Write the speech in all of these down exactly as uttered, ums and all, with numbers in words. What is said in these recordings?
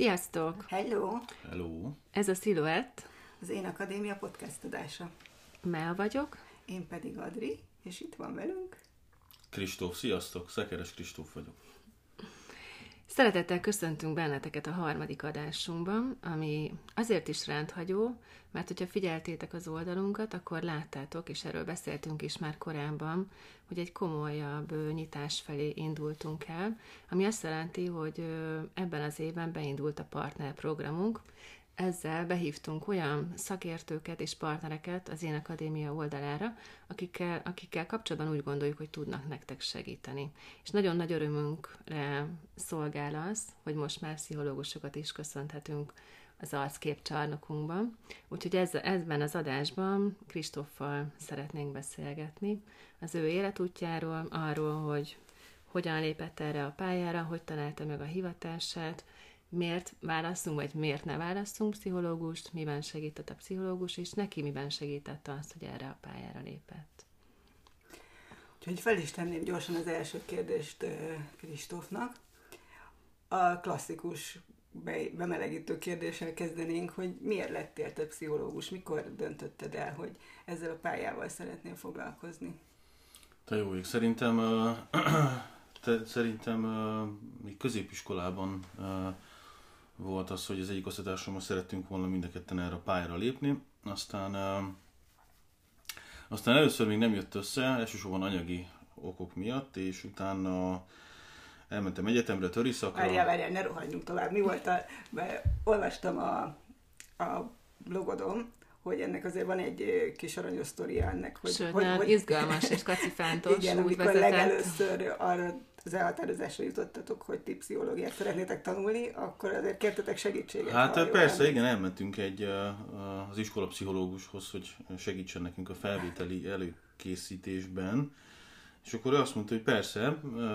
Sziasztok! Hello! Hello! Ez a Sziluett. Az Én Akadémia podcast adása. Mel vagyok. Én pedig Adri, és itt van velünk Kristóf, sziasztok! Szekeres Kristóf vagyok. Szeretettel köszöntünk benneteket a harmadik adásunkban, ami azért is rendhagyó, mert hogyha figyeltétek az oldalunkat, akkor láttátok, és erről beszéltünk is már korábban, hogy egy komolyabb nyitás felé indultunk el, ami azt jelenti, hogy ebben az évben beindult a partnerprogramunk. Ezzel behívtunk olyan szakértőket és partnereket az Én Akadémia oldalára, akikkel, akikkel kapcsolatban úgy gondoljuk, hogy tudnak nektek segíteni. És nagyon nagy örömünkre szolgál az, hogy most már pszichológusokat is köszönhetünk az arcképcsarnokunkban. Úgyhogy ez, ebben az adásban Kristóffal szeretnénk beszélgetni az ő életútjáról, arról, hogy hogyan lépett erre a pályára, hogy találta meg a hivatását, miért választunk, vagy miért ne választunk pszichológust, miben segített a pszichológus, és neki miben segített azt, hogy erre a pályára lépett. Úgyhogy fel is tenném gyorsan az első kérdést Kristófnak. A klasszikus be- bemelegítő kérdéssel kezdenénk, hogy miért lettél te pszichológus, mikor döntötted el, hogy ezzel a pályával szeretnél foglalkozni? Te jó ég, szerintem, uh, te, szerintem uh, még középiskolában uh, volt az, hogy az egyik osztálytársammal szerettünk volna mind a ketten erre a pályára lépni. Aztán, uh, aztán először még nem jött össze, elsősorban anyagi okok miatt, és utána elmentem egyetemre, töriszakra. Várjál, várjál, ne rohanjunk tovább. Mi volt a... Olvastam a, a blogodon, hogy ennek azért van egy kis aranyos sztoria ennek, hogy... Sőt, hogy, hogy izgalmas és kacifántos. Igen, úgy amikor vezetett. legelőször arra az elhatározásra jutottatok, hogy ti pszichológiát szeretnétek tanulni, akkor azért kértetek segítséget. Hát persze, igen, elmentünk egy az iskola pszichológushoz, hogy segítsen nekünk a felvételi előkészítésben, és akkor ő azt mondta, hogy persze,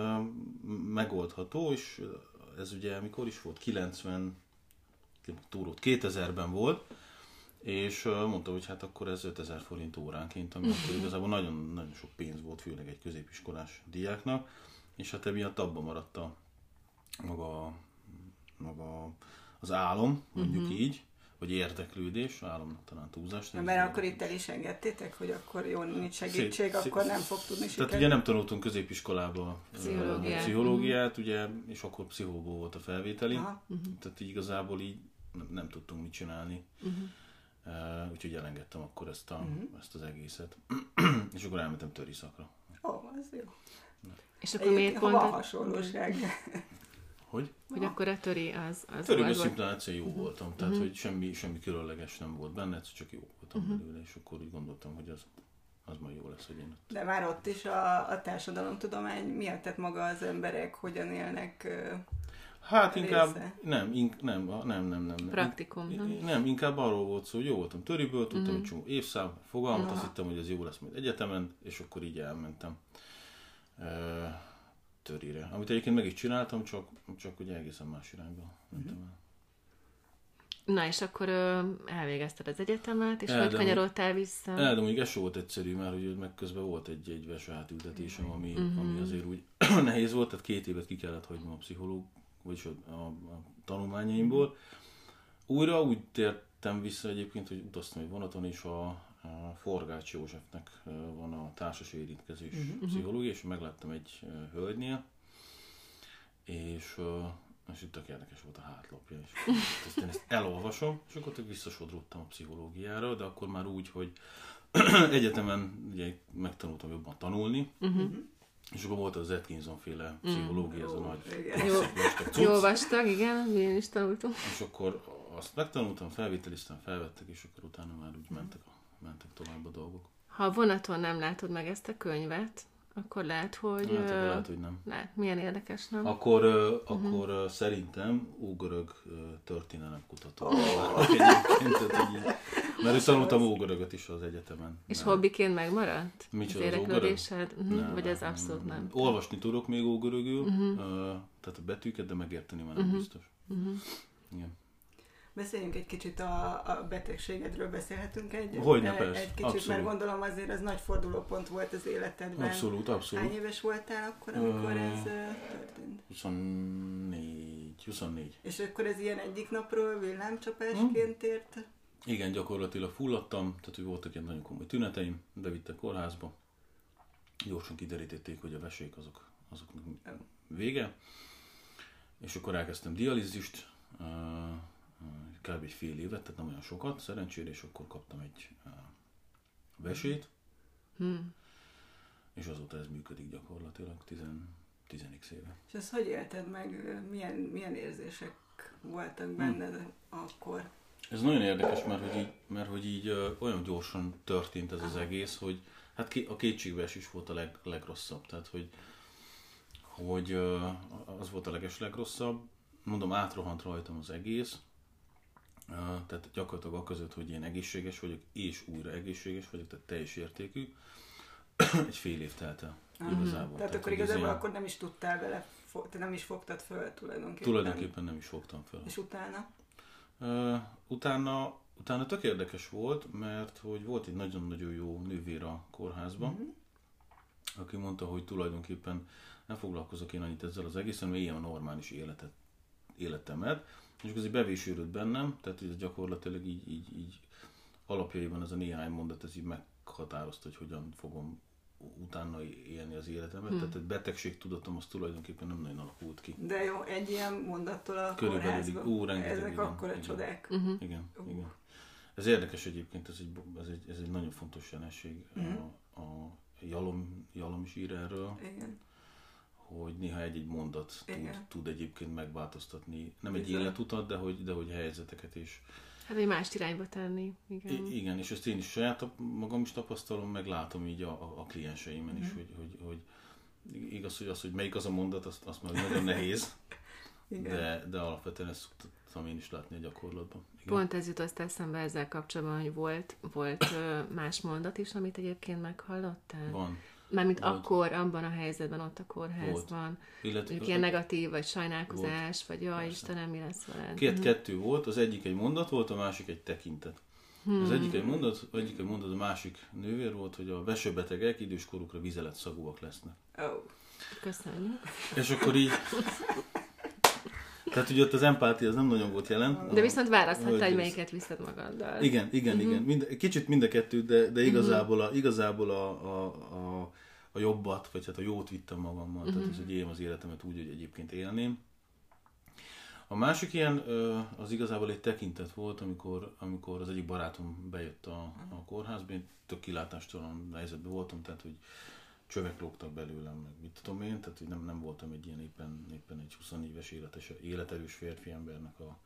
megoldható, és ez ugye mikor is volt? kilencven, túrót, kétezerben volt, és mondta, hogy hát akkor ez ötezer forint óránként, ami akkor igazából nagyon, nagyon sok pénz volt, főleg egy középiskolás diáknak, és hát emiatt abban maradt a maga, maga az álom, mondjuk uh-huh. így, vagy érdeklődés, álomnak talán túlzás. Na, mert akkor itt el is engedtétek, hogy akkor jó, nincs segítség, szép, akkor szép, nem fog tudni sikerülni. Tehát ugye nem tanultunk középiskolába pszichológiát, pszichológiát uh-huh. ugye, és akkor pszichológó volt a felvételi, uh-huh. tehát így igazából így nem, nem tudtunk mit csinálni. Uh-huh. Uh, úgyhogy elengedtem akkor ezt, a, uh-huh. ezt az egészet. És akkor elmentem töriszakra. Ó, oh, az jó. És akkor miért pont... Van hasonlóság. Hogy? Hogy ah. akkor a töri az... az Töriben szimplán egyszerűen jó uh-huh. voltam, tehát uh-huh. hogy semmi, semmi különleges nem volt benne, egyszer csak jó voltam uh-huh. belőle, és akkor úgy gondoltam, hogy az, az majd jó lesz, hogy én ott... De már ott is a, a társadalomtudomány miatt, tehát maga az emberek hogyan élnek... Hát inkább, nem, ink, nem, nem, nem, nem, nem. Praktikum, nem? Nem, inkább arról volt szó, hogy jó voltam töriből, tudtam, hogy uh-huh. csomó évszám, fogalmat, uh-huh. azt hittem, hogy ez jó lesz majd egyetemen, és akkor így elmentem uh, törire. Amit egyébként meg is csináltam, csak, csak ugye egészen más irányba mentem el. Na és akkor ö, elvégezted az egyetemet, és el, hogy kanyarodtál vissza? El, de mondjuk ez sem volt egyszerű, mert hogy meg közben volt egy, egy vesőátültetésem, ami, uh-huh. ami azért úgy nehéz volt, tehát két évet ki kellett hagynom a pszichológ, vagyis a, a, a tanulmányaimból. Újra úgy tértem vissza egyébként, hogy utaztam egy vonaton, és a, a Forgács Józsefnek van a társas érintkezés uh-huh. pszichológia, és megláttam egy hölgynél, és, és itt tök érdekes volt a hátlapja, és aztán ezt elolvasom, és akkor visszasodródtam a pszichológiára, de akkor már úgy, hogy egyetemen ugye megtanultam jobban tanulni, uh-huh. és akkor volt az Atkinson féle pszichológia, mm. ez a nagy cucc. Jó vastag, igen, mi is tanultunk. És akkor azt megtanultam, felvételiztem, felvettek, és akkor utána már úgy mentek, mentek tovább a dolgok. Ha a vonaton nem látod meg ezt a könyvet, akkor lehet, hogy... Hát, akkor lehet, hogy nem. Lát, milyen érdekes, nem? Akkor, uh, akkor uh, szerintem ógörög uh, történelemkutató. Oh. Mert tanultam ógörögöt is az egyetemen. És nem. Hobbiként megmaradt? Micsoda az érdeklődésed? Uh-huh. Nem, vagy ez abszolút nem? nem. Olvasni tudok még ógörögül, uh-huh. uh, tehát a betűket, de megérteni már nem uh-huh. biztos. Uh-huh. Igen. Beszéljünk egy kicsit a, a betegségedről, beszélhetünk egy, Hogyne, egy, persze. egy kicsit, Abszolút. Mert gondolom azért ez nagy fordulópont volt az életedben. Abszolút, abszolút. Hány éves voltál akkor, amikor Ö... ez történt? huszonnégy, huszonnégy. És akkor ez ilyen egyik napról villámcsapásként ért? Igen, gyakorlatilag fulladtam, tehát hogy voltak ilyen nagyon komoly tüneteim, bevittek kórházba, gyorsan kiderítették, hogy a vesék azok, azoknak vége, és akkor elkezdtem dialízist, kb. Egy fél évet, tehát nem olyan sokat, szerencsére, és akkor kaptam egy vesét, hmm. és azóta ez működik gyakorlatilag tíz éve. És ezt hogy élted meg? Milyen, milyen érzések voltak benned hmm. akkor? Ez nagyon érdekes, mert hogy így, mert, hogy így ö, olyan gyorsan történt ez az egész, hogy hát ki, a kétségbeesés volt a leg, legrosszabb. Tehát, hogy, hogy ö, az volt a leges legrosszabb. Mondom, átrohant rajtam az egész. Ö, tehát gyakorlatilag aközött, hogy én egészséges vagyok, és újra egészséges vagyok, tehát teljes értékű. Egy fél év telt el. Uh-huh. Igazából. Tehát, tehát akkor igazából ilyen... akkor nem is tudtál vele, te nem is fogtad föl tulajdonképpen. Tulajdonképpen nem is fogtam föl. És utána? Uh, utána, utána tök érdekes volt, mert hogy volt egy nagyon-nagyon jó nővér a kórházban, uh-huh. aki mondta, hogy tulajdonképpen nem foglalkozok én annyit ezzel az egészen, mert ilyen a normális életet, életemet. És akkor ez bevésődött bennem, tehát ez gyakorlatilag így, így, így alapjaiban ez a néhány mondat, ez így meghatározta, hogy hogyan fogom utána élni az életemet. Hmm. Tehát egy betegségtudatom az tulajdonképpen nem nagyon alakult ki. De jó, egy ilyen mondattól a körülbelül kórházban. Ú, rengeteg, ezek igen, akkora igen, csodák. Uh-huh. Igen, uh. igen. Ez érdekes egyébként, ez egy, ez egy, ez egy nagyon fontos jelenség. Uh-huh. A, a Jalom, Jalom is ír erről, igen. hogy néha egy-egy mondat tud, tud egyébként megváltoztatni. Nem egy Bizony. életutat, de hogy, de hogy helyzeteket is. Hát, hogy más irányba tenni. Igen. I- igen, és ezt én is saját magam is tapasztalom, meg látom így a, a, a klienseimen mm. is, hogy, hogy, hogy igaz, hogy az, hogy melyik az a mondat, azt, azt már nagyon nehéz, de, de alapvetően ezt szoktam én is látni a gyakorlatban. Igen. Pont ez jutott eszembe ezzel kapcsolatban, hogy volt, volt más mondat is, amit egyébként meghallottál? Van. Mármint volt. Akkor, abban a helyzetben, ott a kórházban. Illetve, ilyen negatív, vagy sajnálkozás, volt. Vagy jaj, Istenem, mi lesz veled? Két, kettő volt, az egyik egy mondat volt, a másik egy tekintet. Hmm. Az egyik egy mondat, egyik egy mondat, a másik nővér volt, hogy a vesőbetegek időskorukra vizeletszagúak lesznek. Oh. Köszönjük. És akkor így... Tehát ugye ott az empátia az nem nagyon volt jelen. De viszont választhattál, hogy melyiket viszed magaddal. Igen, igen, uh-huh. igen. Mind, kicsit mind a kettő, de, de igazából, a, igazából a, a, a, a jobbat, vagy hát a jót vittem magammal. Uh-huh. Tehát ez, hogy éljem az életemet úgy, hogy egyébként élném. A másik ilyen, az igazából egy tekintet volt, amikor, amikor az egyik barátom bejött a, a kórházba, én tök kilátástalan helyzetben voltam, tehát hogy csövek lógtak belőlem, meg mit tudom én, tehát hogy nem, nem voltam egy ilyen éppen, éppen egy huszonnégy éves életes, életerős férfi embernek a,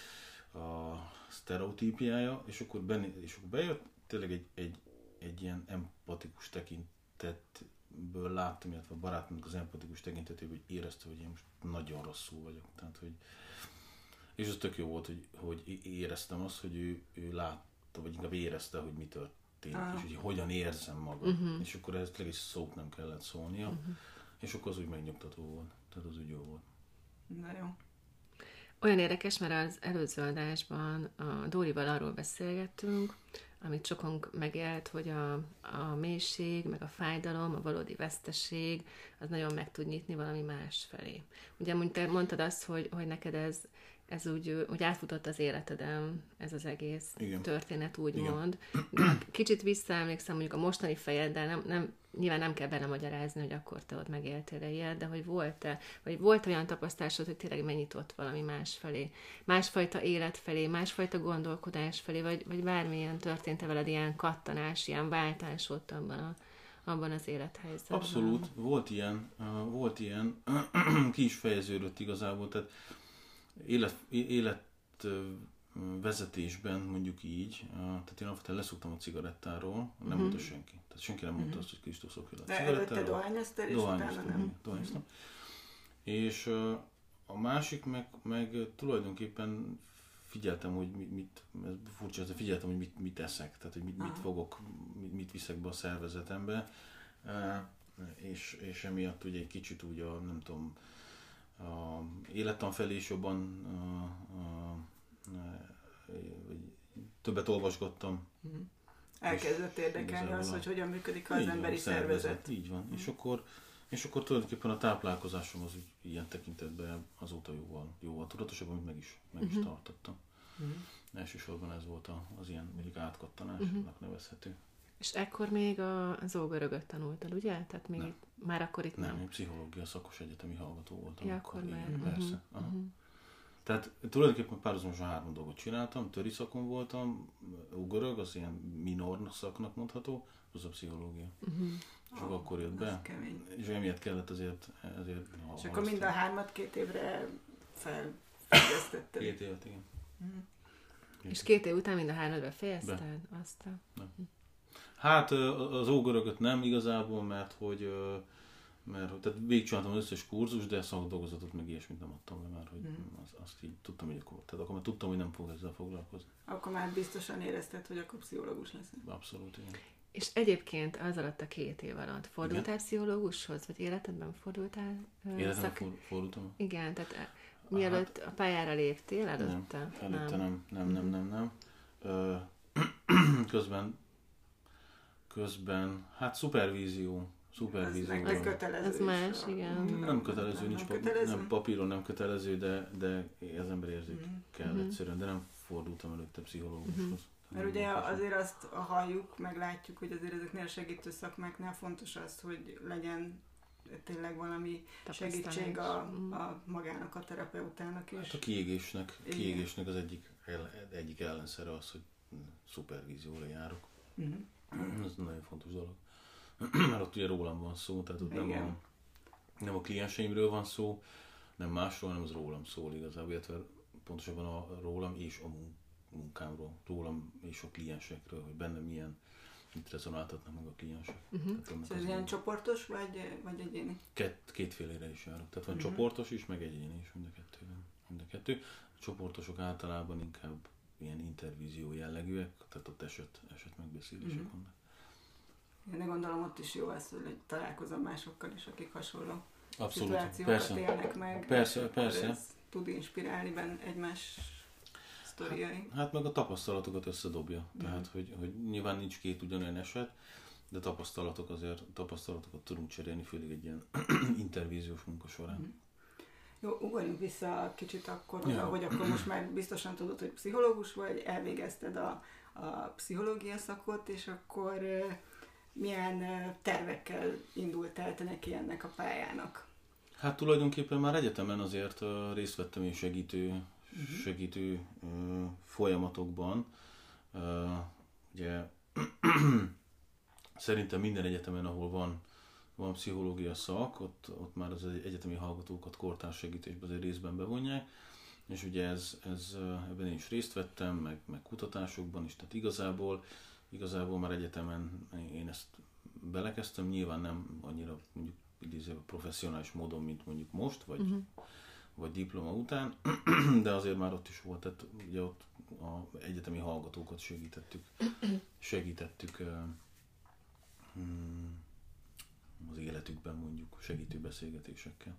a sztereotípiája, és akkor, benne, és akkor bejött, tényleg egy, egy, egy ilyen empatikus tekintetből láttam, illetve a barátomnak az empatikus tekintetéből, hogy érezte, hogy én most nagyon rosszul vagyok. Tehát, hogy, és az tök jó volt, hogy, hogy éreztem azt, hogy ő, ő látta, vagy inkább érezte, hogy mi történt. Ah. És hogy hogyan érzem magam. Uh-huh. És akkor ezt egy szót nem kellett szólnia. Uh-huh. És akkor az úgy megnyugtató volt. Tehát az úgy jó volt. Na jó. Olyan érdekes, mert az előző adásban a Dórival arról beszélgettünk, amit sokunk megélt, hogy a, a mélység, meg a fájdalom, a valódi veszteség, az nagyon meg tud nyitni valami más felé. Ugye te mondtad azt, hogy, hogy neked ez ez úgy, úgy átfutott az életeden, ez az egész Igen. történet, úgymond. De kicsit visszaemlékszem mondjuk a mostani fejeddel, nem, nem, nyilván nem kell belemagyarázni, hogy akkor te ott megéltél ilyet, de hogy volt-e, vagy volt olyan tapasztalásod, hogy tényleg megnyitott valami más felé, másfajta élet felé, másfajta gondolkodás felé, vagy, vagy bármilyen történt-e veled ilyen kattanás, ilyen váltás ott abban, a, abban az élethelyzetben? Abszolút, volt ilyen, volt ilyen, ki is fejeződött igazából, tehát Élet, életvezetésben mondjuk így, tehát én alapvetően leszoktam a cigarettáról, nem uh-huh. mondta senki. Tehát senki nem mondta uh-huh. azt, hogy Krisztus szokja a cigarettáról. De előtte dohányoztál, és utána nem. Dohányoztam. Uh-huh. És a másik meg, meg tulajdonképpen figyeltem, hogy mit, ez furcsa, de figyeltem, hogy mit, mit eszek, tehát hogy mit, mit fogok, mit, mit viszek be a szervezetembe. És, és emiatt ugye egy kicsit úgy a, nem tudom, a élettan felé is jobban uh, uh, többet olvasgattam. Mm. Elkezdett érdekelni az, hogy hogyan működik az így emberi van, szervezet. szervezet. Így van. Mm. És akkor És akkor tulajdonképpen a táplálkozásom az ilyen tekintetben azóta jóval, jóval tudatosabb, amit meg is, meg uh-huh. is tartottam. Uh-huh. Elsősorban ez volt a, az ilyen mondjuk átkattanásnak uh-huh. nevezhető. És ekkor még a zógörögöt tanultad, ugye? Tehát még itt, már akkor itt nem? Nem, én pszichológia szakos egyetemi hallgató voltam. Ja, akkor már. Igen, persze. Uh-huh. Uh-huh. Tehát tulajdonképpen párhuzamosan három dolgot csináltam, töri szakon voltam, ógörög, az ilyen minor szaknak mondható, az a pszichológia. Uh-huh. És oh, akkor jött be, és emiatt kellett azért... azért és akkor mind a hármat két évre felfüggesztetted. Két évet, igen. Mm. És két év után mind a hármadra fejezted? Aztán. Hát az ógörögöt nem igazából, mert hogy... Mert, tehát végigcsináltam az összes kurzus, de szakdolgozatot meg ilyesmit nem adtam le már, hogy mm. az, azt így tudtam, hogy akkor, tehát akkor már tudtam, hogy nem fog ezzel foglalkozni. Akkor már biztosan érezted, hogy akkor pszichológus leszel. Abszolút, igen. És egyébként az alatt a két év alatt fordultál igen? pszichológushoz, vagy életedben fordultál? Életemben szak... fordultam? Igen, tehát mielőtt hát, a pályára léptél, előtte? Nem, előtte nem, nem, nem, nem, nem. Ö, közben, közben, hát szupervízió, szupervízió. Ez kötelező. Ez más, igen. Nem kötelező, nem, nincs nem, papír, kötelező? nem papíron nem kötelező, de, de az ember érzék mm. kell mm. egyszerűen, de nem fordultam előtte pszichológushoz. Mm. Mert ugye azért azt halljuk, meg látjuk, hogy azért ezeknél a segítő szakmáknál fontos az, hogy legyen tényleg valami segítség a, a magának, a terapeutának is. Hát a kiégésnek, kiégésnek az egyik, egyik ellenszere az, hogy szupervízióra járok. Mm. Ez nagyon fontos dolog. Mert ott ugye rólam van szó, tehát ott nem a, nem a klienseimről van szó, nem másról, hanem az rólam szól igazából, illetve pontosabban a rólam és a munkámról, rólam és a kliensekről, hogy bennem milyen, mit rezonáltatnak meg a kliensek. Uh-huh. És ez ilyen csoportos, vagy, vagy egyéni? Két, kétfélére is járok. Tehát van uh-huh. csoportos is, meg egyéni is, mind a kettőben. Mind a kettő. A csoportosok általában inkább ilyen intervízió jellegűek, tehát ott eset, eset megbeszélések uh-huh. vannak. Én de gondolom ott is jó az, hogy találkozom másokkal is, akik hasonló abszolút, szituációkat persze. élnek meg. Persze, persze. Ez tud inspirálni benne egymás sztoriai. Hát, hát meg a tapasztalatokat összedobja. Mm. Tehát, hogy, hogy nyilván nincs két ugyanolyan eset, de tapasztalatok azért, tapasztalatokat tudunk cserélni, főleg egy ilyen intervíziós munka során. Mm. Jó, ugorjunk vissza kicsit akkor, ja. hogy akkor most már biztosan tudod, hogy pszichológus vagy, elvégezted a, a pszichológia szakot, és akkor milyen tervekkel indultál te neki ennek a pályának? Hát tulajdonképpen már egyetemen azért uh, részt vettem én segítő, uh-huh. segítő uh, folyamatokban. Uh, ugye szerintem minden egyetemen, ahol van, van pszichológia szak, ott, ott már az egyetemi hallgatókat kortárs segítésben azért részben bevonják. És ugye ez, ez, ebben én is részt vettem, meg, meg kutatásokban is, tehát igazából Igazából már egyetemen én ezt belekezdtem, nyilván nem annyira mondjuk idézően professzionális módon, mint mondjuk most, vagy, uh-huh. vagy diploma után, de azért már ott is volt, tehát ugye ott az egyetemi hallgatókat segítettük, segítettük az életükben mondjuk segítő beszélgetésekkel.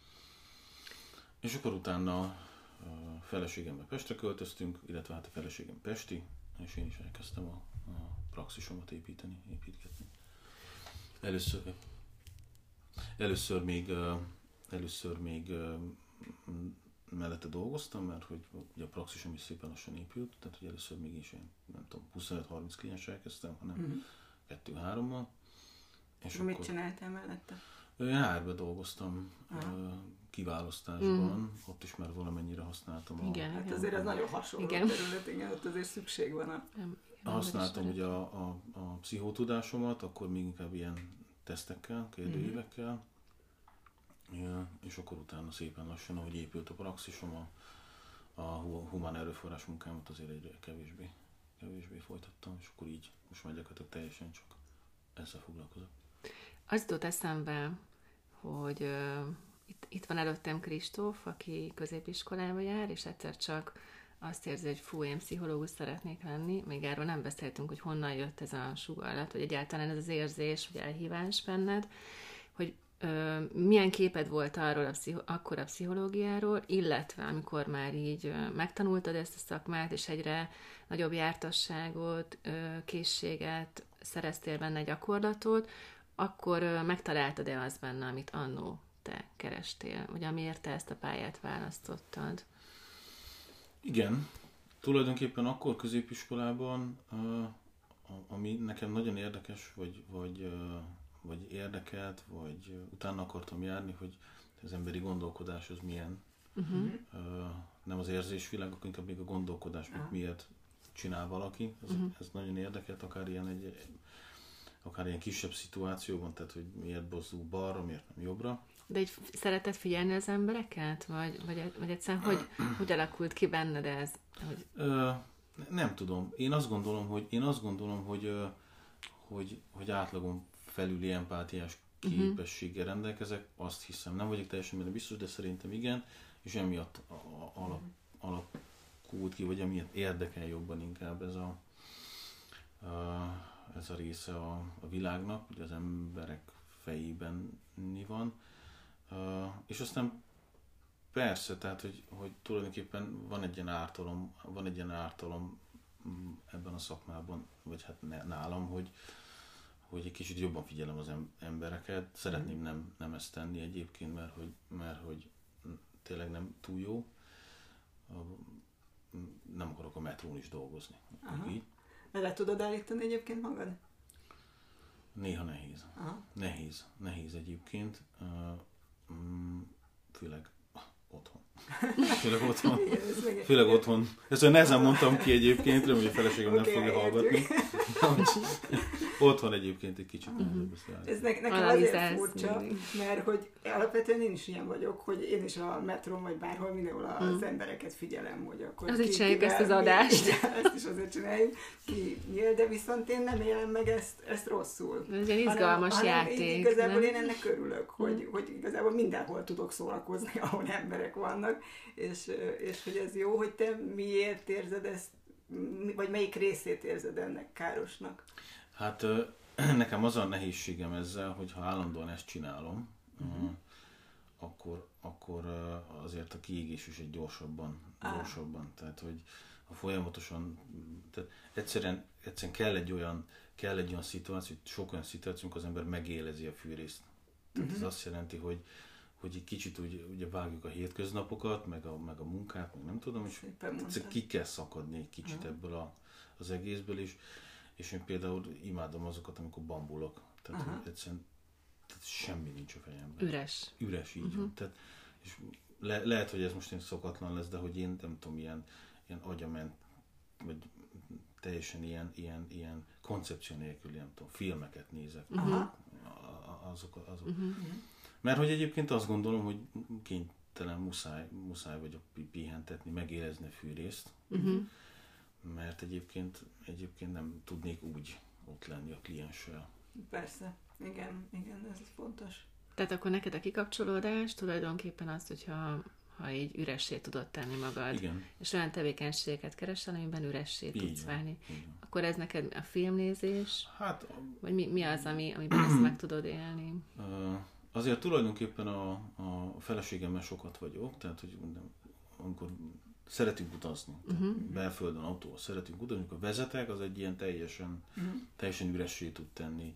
És akkor utána a feleségemmel Pestre költöztünk, illetve hát a feleségem pesti, és én is elkezdtem a, a praxisomat építeni, építgetni. Először, először még, először még mellette dolgoztam, mert hogy ugye a praxisom is szépen lassan épült, tehát hogy először még is én, nem tudom, huszonöt-harminc klienssel kezdtem, hanem uh-huh. kettő-hárommal. És mit akkor csináltál mellette? Én há er-ben dolgoztam, uh-huh. kiválasztásban, uh-huh. ott is már valamennyire használtam. Igen, a, hát igen. azért ez nagyon hasonló igen. terület, igen, ott azért szükség van a... Nem, használtam ugye a, a, a pszichotudásomat, akkor még inkább ilyen tesztekkel, kérdőívekkel, ja, és akkor utána szépen lassan, ahogy épült a praxisom, a, a humán erőforrás munkámat azért egyre kevésbé, kevésbé folytattam, és akkor így most már gyakorlatilag teljesen csak ezzel foglalkozok. Az jutott eszembe, hogy uh, itt, itt van előttem Kristóf, aki középiskolába jár, és egyszer csak azt érzi, hogy fú, én pszichológus szeretnék lenni. Még erről nem beszéltünk, hogy honnan jött ez a sugallat, vagy egyáltalán ez az érzés, vagy elhívás benned, hogy ö, milyen képed volt arról a pszicho- akkor a pszichológiáról, illetve amikor már így ö, megtanultad ezt a szakmát, és egyre nagyobb jártasságot, ö, készséget szereztél benne, gyakorlatot, akkor ö, megtaláltad-e az benne, amit annó te kerestél, vagy amiért te ezt a pályát választottad? Igen. Tulajdonképpen akkor középiskolában, uh, ami nekem nagyon érdekes, vagy, vagy, uh, vagy érdekelt, vagy uh, utána akartam járni, hogy az emberi gondolkodás az milyen. Uh-huh. Uh, nem az érzésvilág, inkább még a gondolkodás, uh-huh. miért csinál valaki. Ez, uh-huh. ez nagyon érdekelt, akár ilyen, egy, akár ilyen kisebb szituációban, tehát hogy miért bozdul balra, miért nem jobbra. De így szereted figyelni az embereket? Vagy, vagy, vagy egyszerűen hogy, hogy alakult ki benned ez? Hogy... Ö, nem tudom. Én azt gondolom, hogy, én azt gondolom, hogy, ö, hogy, hogy átlagon felüli empátiás képességgel rendelkezek. Azt hiszem. Nem vagyok teljesen benne biztos, de szerintem igen. És emiatt alap, alakult ki, vagy emiatt érdekel jobban inkább ez a, a, ez a része a, a világnak, hogy az emberek fejében mi van. Uh, és aztán persze, tehát, hogy, hogy tulajdonképpen van egy ilyen ártalom, van egy ilyen ártalom ebben a szakmában, vagy hát nálam, hogy, hogy egy kicsit jobban figyelem az embereket. Szeretném nem, nem ezt tenni egyébként, mert hogy, mert hogy tényleg nem túl jó. Nem akarok a metrón is dolgozni. Így. Le tudod állítani egyébként magad? Néha nehéz. Aha. Nehéz. Nehéz egyébként. Főleg otthon. Főleg otthon. Főleg otthon. Ezt olyan nehezen mondtam ki egyébként, remélem, hogy a feleségem okay, nem fogja hallgatni. Otthon egyébként egy kicsit nehezebb beszélni. Ez ne, nekem azért furcsa, mert hogy alapvetően én is ilyen vagyok, hogy én is a metrón vagy bárhol mindenhol az mm. embereket figyelem, hogy akkor azért ki, csináljuk ezt az adást. Mi, ezt is azért csináljuk, ki nyíl, de viszont én nem élem meg ezt, ezt rosszul. Ez egy izgalmas hanem, játék. Hanem igazából nem? Én ennek örülök, hogy, hogy igazából mindenhol tudok szórakozni, ahol emberek vannak, és, és hogy ez jó, hogy te miért érzed ezt, vagy melyik részét érzed ennek károsnak? Hát nekem az a nehézségem ezzel, hogy ha állandóan ezt csinálom, uh-huh. akkor, akkor azért a kiégés is egy gyorsabban, ah. gyorsabban. Tehát, hogy ha folyamatosan, tehát egyszerűen, egyszerűen kell egy olyan, kell egy olyan szituáció, sok olyan szituáció, amikor az ember megélezi a fűrészt. Tehát uh-huh. ez azt jelenti, hogy hogy egy kicsit úgy, ugye vágjuk a hétköznapokat, meg a, meg a munkát, meg nem tudom, és ki kell szakadni egy kicsit uh-huh. ebből a, az egészből is. És én például imádom azokat, amikor bambulok. Tehát uh-huh. egyszerűen tehát semmi nincs a fejemben. Üres. Üres, így uh-huh. van. Tehát, és le, lehet, hogy ez most én szokatlan lesz, de hogy én nem tudom, ilyen, ilyen agyament, vagy teljesen ilyen, ilyen, ilyen koncepció nélkül, nem tudom, filmeket nézek. Uh-huh. Azok, azok. Uh-huh. Mert hogy egyébként azt gondolom, hogy kénytelen muszáj, muszáj vagyok pihentetni, megérezni a fűrészt. Uh-huh. Mert egyébként, egyébként nem tudnék úgy ott lenni a klienssel. Persze, igen, igen, ez fontos. Tehát akkor neked a kikapcsolódás tulajdonképpen az, hogyha ha így üressé tudod tenni magad, igen. és olyan tevékenységeket keresel, amiben üressé így tudsz van, válni. Igen. Akkor ez neked a filmnézés? Hát, vagy mi, mi az, ami, amiben ezt meg tudod élni? Uh, azért tulajdonképpen a, a feleségemmel sokat vagyok, tehát hogy amikor szeretünk utazni, uh-huh. belföldön, autóval szeretünk utazni, amikor vezetek, az egy ilyen teljesen, uh-huh. teljesen üressé tud tenni.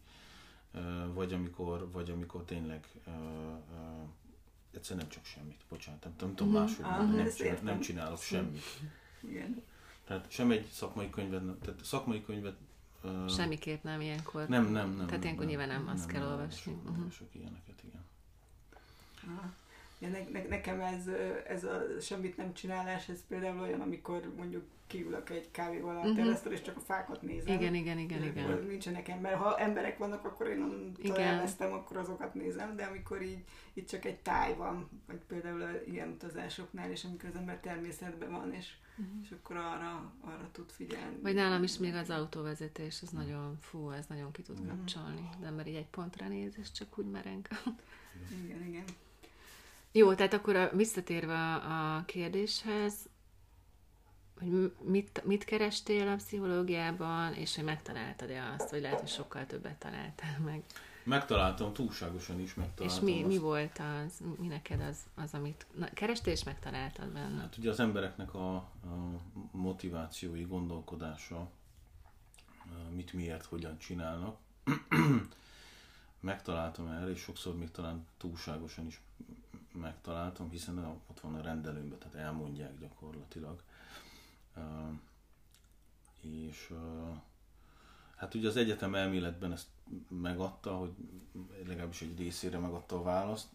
Uh, vagy, amikor, vagy amikor tényleg uh, uh, egyszerűen nem csak semmit, bocsánat, nem, nem tudom uh-huh. máshogy ah, mondani, nem, csinál, nem csinálok semmit. Igen. Tehát sem egy szakmai könyvet, tehát szakmai könyvet uh, semmiképp nem ilyenkor. Nem, nem, nem. Tehát ilyenkor nem, nyilván nem, nem azt nem, kell nem, olvasni. Sok, uh-huh. sok ilyeneket, igen. Ah. Ja, ne, ne, nekem ez, ez a semmit nem csinálás, ez például olyan, amikor mondjuk kiülök egy kávéval a uh-huh. terasztól, és csak a fákat nézem. Igen, igen, igen, igen. Nincsenek ember. Ha emberek vannak, akkor én találkoztam, akkor azokat nézem, de amikor így, így csak egy táj van, vagy például ilyen utazásoknál, és amikor az ember természetben van, és, uh-huh. és akkor arra, arra tud figyelni. Vagy nálam is még az autóvezetés, az nagyon, fú, ez nagyon ki tud uh-huh. kapcsolni. De ember így egy pontra néz, és csak úgy mereng. Igen, igen. Jó, tehát akkor a, visszatérve a kérdéshez, hogy mit, mit kerestél a pszichológiában, és hogy megtaláltad-e azt, vagy lehet, hogy sokkal többet találtál meg? Megtaláltam, túlságosan is megtaláltam. És mi, mi volt az, mi neked az, az amit na, kerestél és megtaláltad benne? Hát ugye az embereknek a, a motivációi, gondolkodása, mit, miért, hogyan csinálnak. Megtaláltam erre, és sokszor még talán túlságosan is megtaláltam, hiszen ott van a rendelőmben, tehát elmondják gyakorlatilag. Uh, és uh, hát ugye az egyetem elméletben ezt megadta, hogy legalábbis egy részére megadta a választ,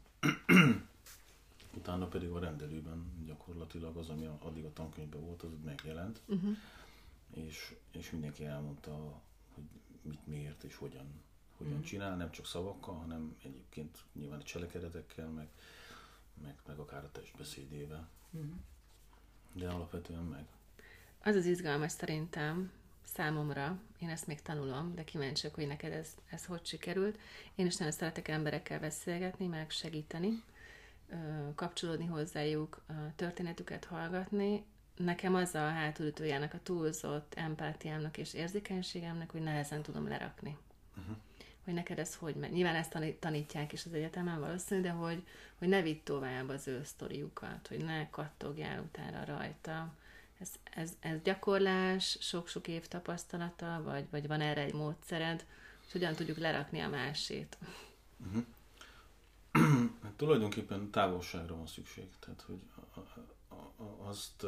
utána pedig a rendelőben gyakorlatilag az, ami addig a tankönyvben volt, az megjelent, uh-huh. és, és mindenki elmondta, hogy mit, miért és hogyan, hogyan uh-huh. csinál, nem csak szavakkal, hanem egyébként nyilván a cselekedetekkel, meg, meg, meg akár a testbeszédével. Uh-huh. De alapvetően meg. Az az izgalmas szerintem számomra, én ezt még tanulom, de kíváncsiak, hogy neked ez, ez hogy sikerült. Én is nagyon szeretek emberekkel beszélgetni, meg segíteni, kapcsolódni hozzájuk, a történetüket hallgatni. Nekem az a hátulütőjának, a túlzott empátiámnak és érzékenységemnek, hogy nehezen tudom lerakni. Uh-huh. Hogy neked ez hogy megy. Nyilván ezt tanítják is az egyetemen valószínű, de hogy, hogy ne vidd tovább az ő sztoriukat, hogy ne kattogjál utána rajta. Ez, ez, ez gyakorlás, sok-sok év tapasztalata, vagy, vagy van erre egy módszered, hogy hogyan tudjuk lerakni a másét? Uh-huh. Hát tulajdonképpen távolságra van szükség. Tehát, hogy azt,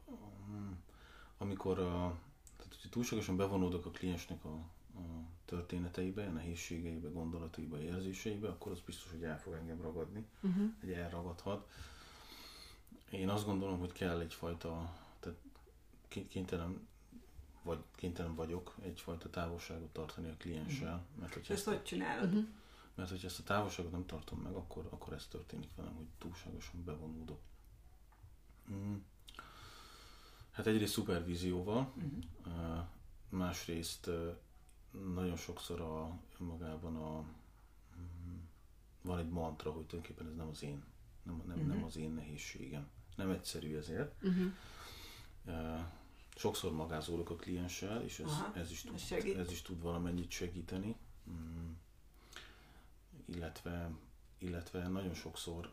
amikor a, tehát, hogy túlságosan bevonódok a kliensnek a, a történeteibe, a nehézségeibe, gondolataiba, érzéseibe, akkor az biztos, hogy el fog engem ragadni, uh-huh. hogy elragadhat. Én azt gondolom, hogy kell egyfajta, tehát kénytelen, vagy kénytelen vagyok egyfajta távolságot tartani a klienssel. Uh-huh. Mert hogyha ezt, ezt hogy csinálod? Uh-huh. Mert hogyha ezt a távolságot nem tartom meg, akkor, akkor ez történik velem, hogy túlságosan bevonódok. Mm. Hát egyrészt szupervízióval, uh-huh. másrészt nagyon sokszor a, magában a, van egy mantra, hogy tulajdonképpen ez nem az én, nem, nem, uh-huh. nem az én nehézségem. Nem egyszerű ezért. Uh-huh. Sokszor magázolok a klienssel, és ez, ez, is, tud, ez is tud valamennyit segíteni. Mm. Illetve, illetve nagyon sokszor,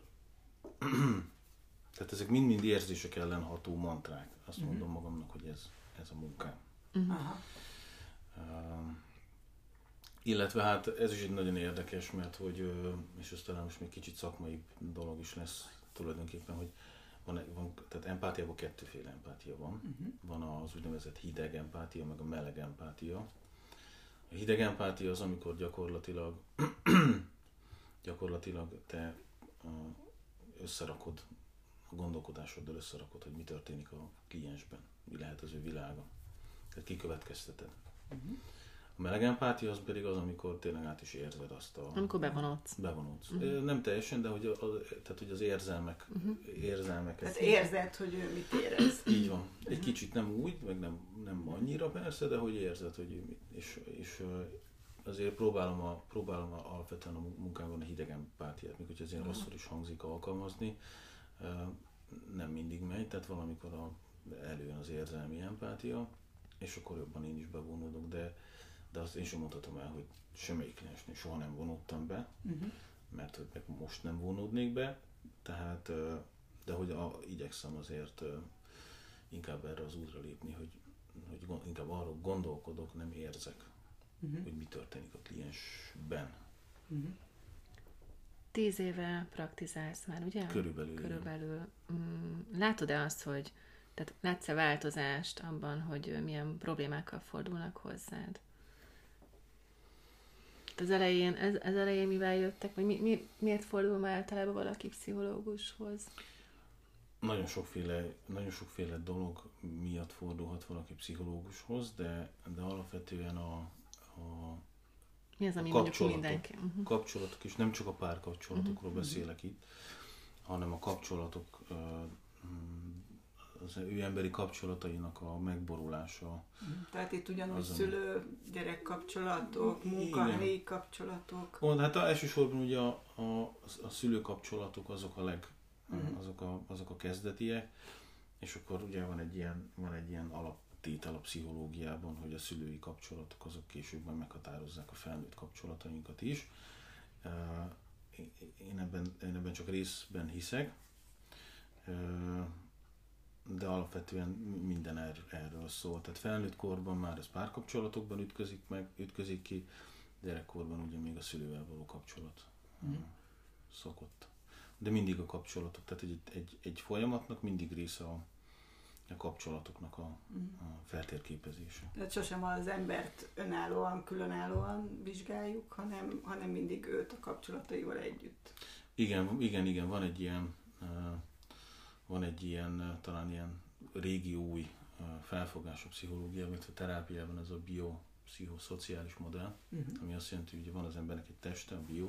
tehát ezek mind-mind érzések ellen ható mantrák. Azt uh-huh. mondom magamnak, hogy ez, ez a munkám. Uh-huh. Uh, illetve hát ez is egy nagyon érdekes, mert hogy, és ez talán most még kicsit szakmai dolog is lesz tulajdonképpen, hogy van, van tehát empátiában kettőféle empátia van. Uh-huh. Van az úgynevezett hideg empátia, meg a meleg empátia. A hideg empátia az, amikor gyakorlatilag gyakorlatilag te összerakod, a gondolkodásoddal összerakod, hogy mi történik a kliensben, mi lehet az ő világa. Tehát kikövetkezteted. Uh-huh. A meleg empátia az pedig az, amikor tényleg át is érzed azt a... Amikor bevonódsz. Bevonódsz. Uh-huh. Nem teljesen, de hogy, a, a, tehát, hogy az érzelmek, uh-huh. érzelmeket... Tehát érzed, hogy ő mit érez. Így van. Egy uh-huh. kicsit nem úgy, meg nem, nem annyira persze, de hogy érzed, hogy ő mit... És, és azért próbálom, a, próbálom a, alapvetően a munkámban a hideg empátiát, még hogyha azért rosszul is hangzik alkalmazni, nem mindig megy, tehát valamikor a, előjön az érzelmi empátia, és akkor jobban én is bevonódok, de, de azt én sem mondhatom el, hogy semmelyik kliensnél soha nem vonódtam be, uh-huh. mert hogy meg most nem vonódnék be, tehát, de hogy a, igyekszem azért inkább erre az útra lépni, hogy, hogy inkább arról gondolkodok, nem érzek. Uh-huh. hogy mi történik a kliensben. Uh-huh. Tíz éve praktizálsz már, ugye? Körülbelül. Körülbelül. Látod-e azt, hogy tehát látsz-e változást abban, hogy milyen problémákkal fordulnak hozzád? Az elején, ez, az elején mivel jöttek, vagy mi, mi, miért fordul már általában valaki pszichológushoz? Nagyon sokféle, nagyon sokféle dolog miatt fordulhat valaki pszichológushoz, de, de alapvetően a A, Mi az, ami a kapcsolatok, mindenki? Uh-huh. kapcsolatok, és nem csak a párkapcsolatokról uh-huh. beszélek itt, hanem a kapcsolatok, az ő emberi kapcsolatainak a megborulása. Uh-huh. Tehát itt ugyanúgy szülő-gyerek kapcsolatok, munkahelyi kapcsolatok. Ó, hát elsősorban ugye a, a, a szülőkapcsolatok azok a, leg, uh-huh. azok, a, azok a kezdetiek, és akkor ugye van egy ilyen, van egy ilyen alap tétel a pszichológiában, hogy a szülői kapcsolatok azok későbben meghatározzák a felnőtt kapcsolatainkat is. Én ebben, én ebben csak részben hiszek, de alapvetően minden er, erről szól. Tehát felnőtt korban már ez párkapcsolatokban ütközik meg, ütközik ki, gyerekkorban ugye még a szülővel való kapcsolat mm. szokott. De mindig a kapcsolatok, tehát egy, egy, egy folyamatnak mindig része a, a kapcsolatoknak a, a feltérképezése. Tehát sosem az embert önállóan, különállóan vizsgáljuk, hanem, hanem mindig őt a kapcsolataival együtt. Igen, igen, igen, van egy ilyen, van egy ilyen, talán ilyen régi új felfogás a pszichológiában, mint a terápiában, ez a biopszichoszociális modell, uh-huh. ami azt jelenti, hogy van az embernek egy teste, a bio,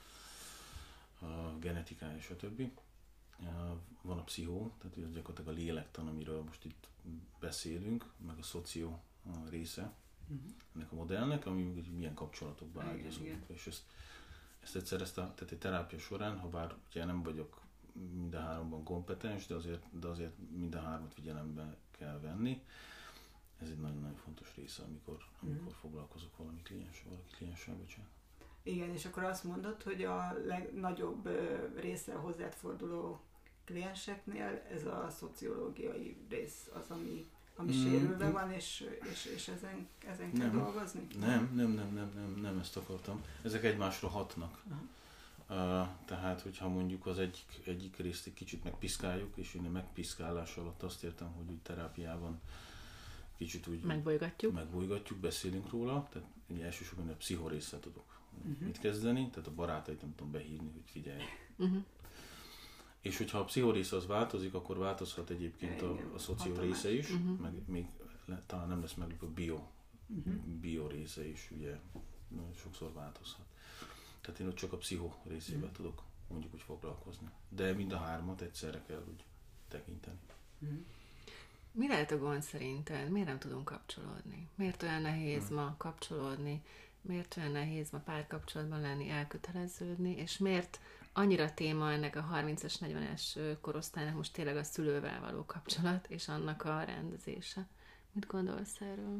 a genetikája, stb. Van a pszichó, tehát ez gyakorlatilag a lélektan, amiről most itt beszélünk, meg a szoció része uh-huh. ennek a modellnek, ami milyen kapcsolatokban ágyazódik. És ezt, ezt egyszer, ezt a, tehát egy terápia során, ha bár ugye nem vagyok minden háromban kompetens, de azért, de azért minden hármat figyelembe kell venni. Ez egy nagyon-nagyon fontos része, amikor, amikor uh-huh. foglalkozok valami klienssel, valaki klienssel, bocsánat. Igen, és akkor azt mondod, hogy a legnagyobb része a hozzád forduló klienseknél ez a szociológiai rész az, ami, ami mm, sérülve van, és, és, és ezen, ezen kell nem, dolgozni? Nem, nem, nem, nem, nem, nem ezt akartam. Ezek egymásra hatnak. Uh-huh. Uh, tehát, hogyha mondjuk az egyik, egyik részt egy kicsit megpiszkáljuk, és én a megpiszkálás alatt azt értem, hogy úgy terápiában kicsit úgy megbolygatjuk, megbolygatjuk beszélünk róla, tehát ugye elsősorban a pszichorésszel tudok uh-huh. mit kezdeni, tehát a barátait nem tudom behívni, hogy figyelj. Uh-huh. És hogyha a pszichorész az változik, akkor változhat egyébként a, a szoció része is, uh-huh. meg még le, talán nem lesz meg a bio, uh-huh. bio része is, ugye sokszor változhat. Tehát én ott csak a pszicho részével uh-huh. tudok mondjuk úgy foglalkozni. De mind a hármat egyszerre kell úgy tekinteni. Uh-huh. Mi lehet a gond szerinted? Miért nem tudunk kapcsolódni? Miért olyan nehéz uh-huh. ma kapcsolódni? Miért olyan nehéz ma párkapcsolatban lenni, elköteleződni? És miért annyira téma ennek a harmincas, negyvenes korosztálynak most tényleg a szülővel való kapcsolat, és annak a rendezése? Mit gondolsz erről?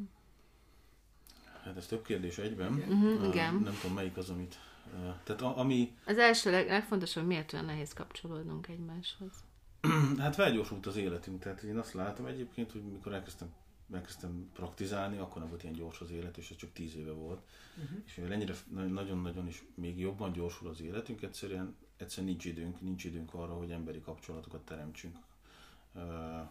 Hát ez több kérdés egyben. Uh-huh, uh, igen. Nem tudom, melyik az, amit... Uh, tehát a, ami... Az első leg, legfontosabb, miért olyan nehéz kapcsolódnunk egymáshoz? Hát felgyorsult az életünk, tehát én azt látom egyébként, hogy mikor elkezdtem, elkezdtem praktizálni, akkor nem volt ilyen gyors az élet, és ez csak tíz éve volt. Uh-huh. És mivel ennyire nagyon-nagyon is még jobban gyorsul az életünk, egyszerűen, egyszerűen nincs időnk, nincs időnk arra, hogy emberi kapcsolatokat teremtsünk. Uh,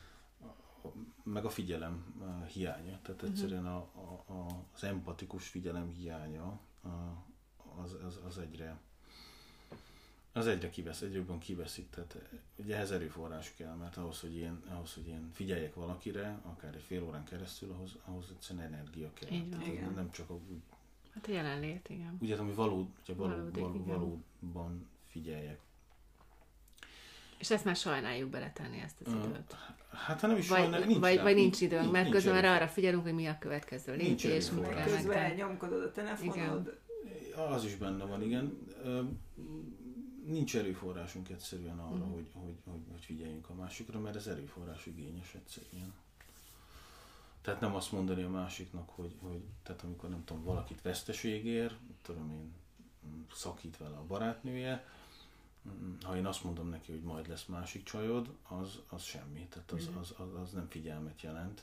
meg a figyelem uh, hiánya, tehát egyszerűen a, a, a, az empatikus figyelem hiánya uh, az, az, az egyre az egyre kivesz, egyre jobban kiveszik, tehát ugye ehhez erőforrás kell, mert ahhoz, hogy én, ahhoz, hogy én figyeljek valakire, akár egy fél órán keresztül, ahhoz, ahhoz egyszerűen energia kell. Tehát nem csak a... Hát a jelenlét, igen. Ugye, ami való, ugye való, Valódi, való, valóban figyeljek. És ezt már sajnáljuk beletenni, ezt az időt. Hát ha nem is vagy, sajnáljuk, nincs vagy, rá, vagy nincs időnk, nincs, mert közben már arra figyelünk, hogy mi a következő lépés, mit kell közben elnyomkodod a telefonod. Igen. Az is benne van, igen. Nincs erőforrásunk egyszerűen arra, mm. hogy, hogy, hogy, hogy figyeljünk a másikra, mert ez erőforrás igényes egyszerűen. Tehát nem azt mondani a másiknak, hogy, hogy tehát amikor nem tudom, valakit veszteségér, tudom én, szakít vele a barátnője, ha én azt mondom neki, hogy majd lesz másik csajod, az, az semmi, tehát az, az, az, az nem figyelmet jelent.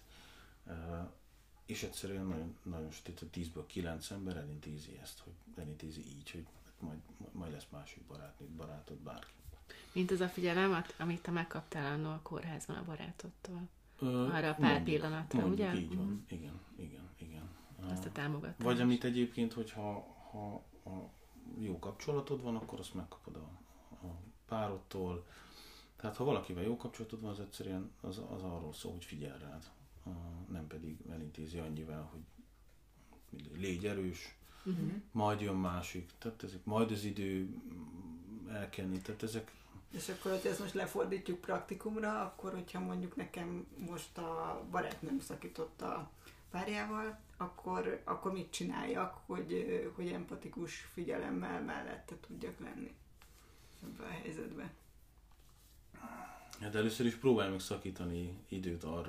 És egyszerűen nagyon, nagyon a tízből kilenc ember elintézi ezt, hogy elintézi így, hogy majd, majd lesz másik barátnőd, barátod, bárki. Mint az a figyelem, amit te megkaptál annól a kórházban a barátodtól. Ö, Arra a pár mondjuk, pillanatra, mondjuk, ugye? így van, mm. igen, igen, igen. Azt a támogatást. Vagy amit egyébként, hogyha ha, ha jó kapcsolatod van, akkor azt megkapod a, a párodtól. Tehát ha valakivel jó kapcsolatod van, az egyszerűen az, az arról szól, hogy figyel rád. Nem pedig elintézi annyivel, hogy légy erős, uh-huh. majd jön másik, tehát ezek, majd az idő elkenni, tehát ezek... És akkor, hogy ezt most lefordítjuk praktikumra, akkor, hogyha mondjuk nekem most a barátnőm szakított a párjával, akkor, akkor mit csináljak, hogy, hogy empatikus figyelemmel mellette tudjak lenni ebben a helyzetben? Hát először is próbálj meg szakítani időt arra,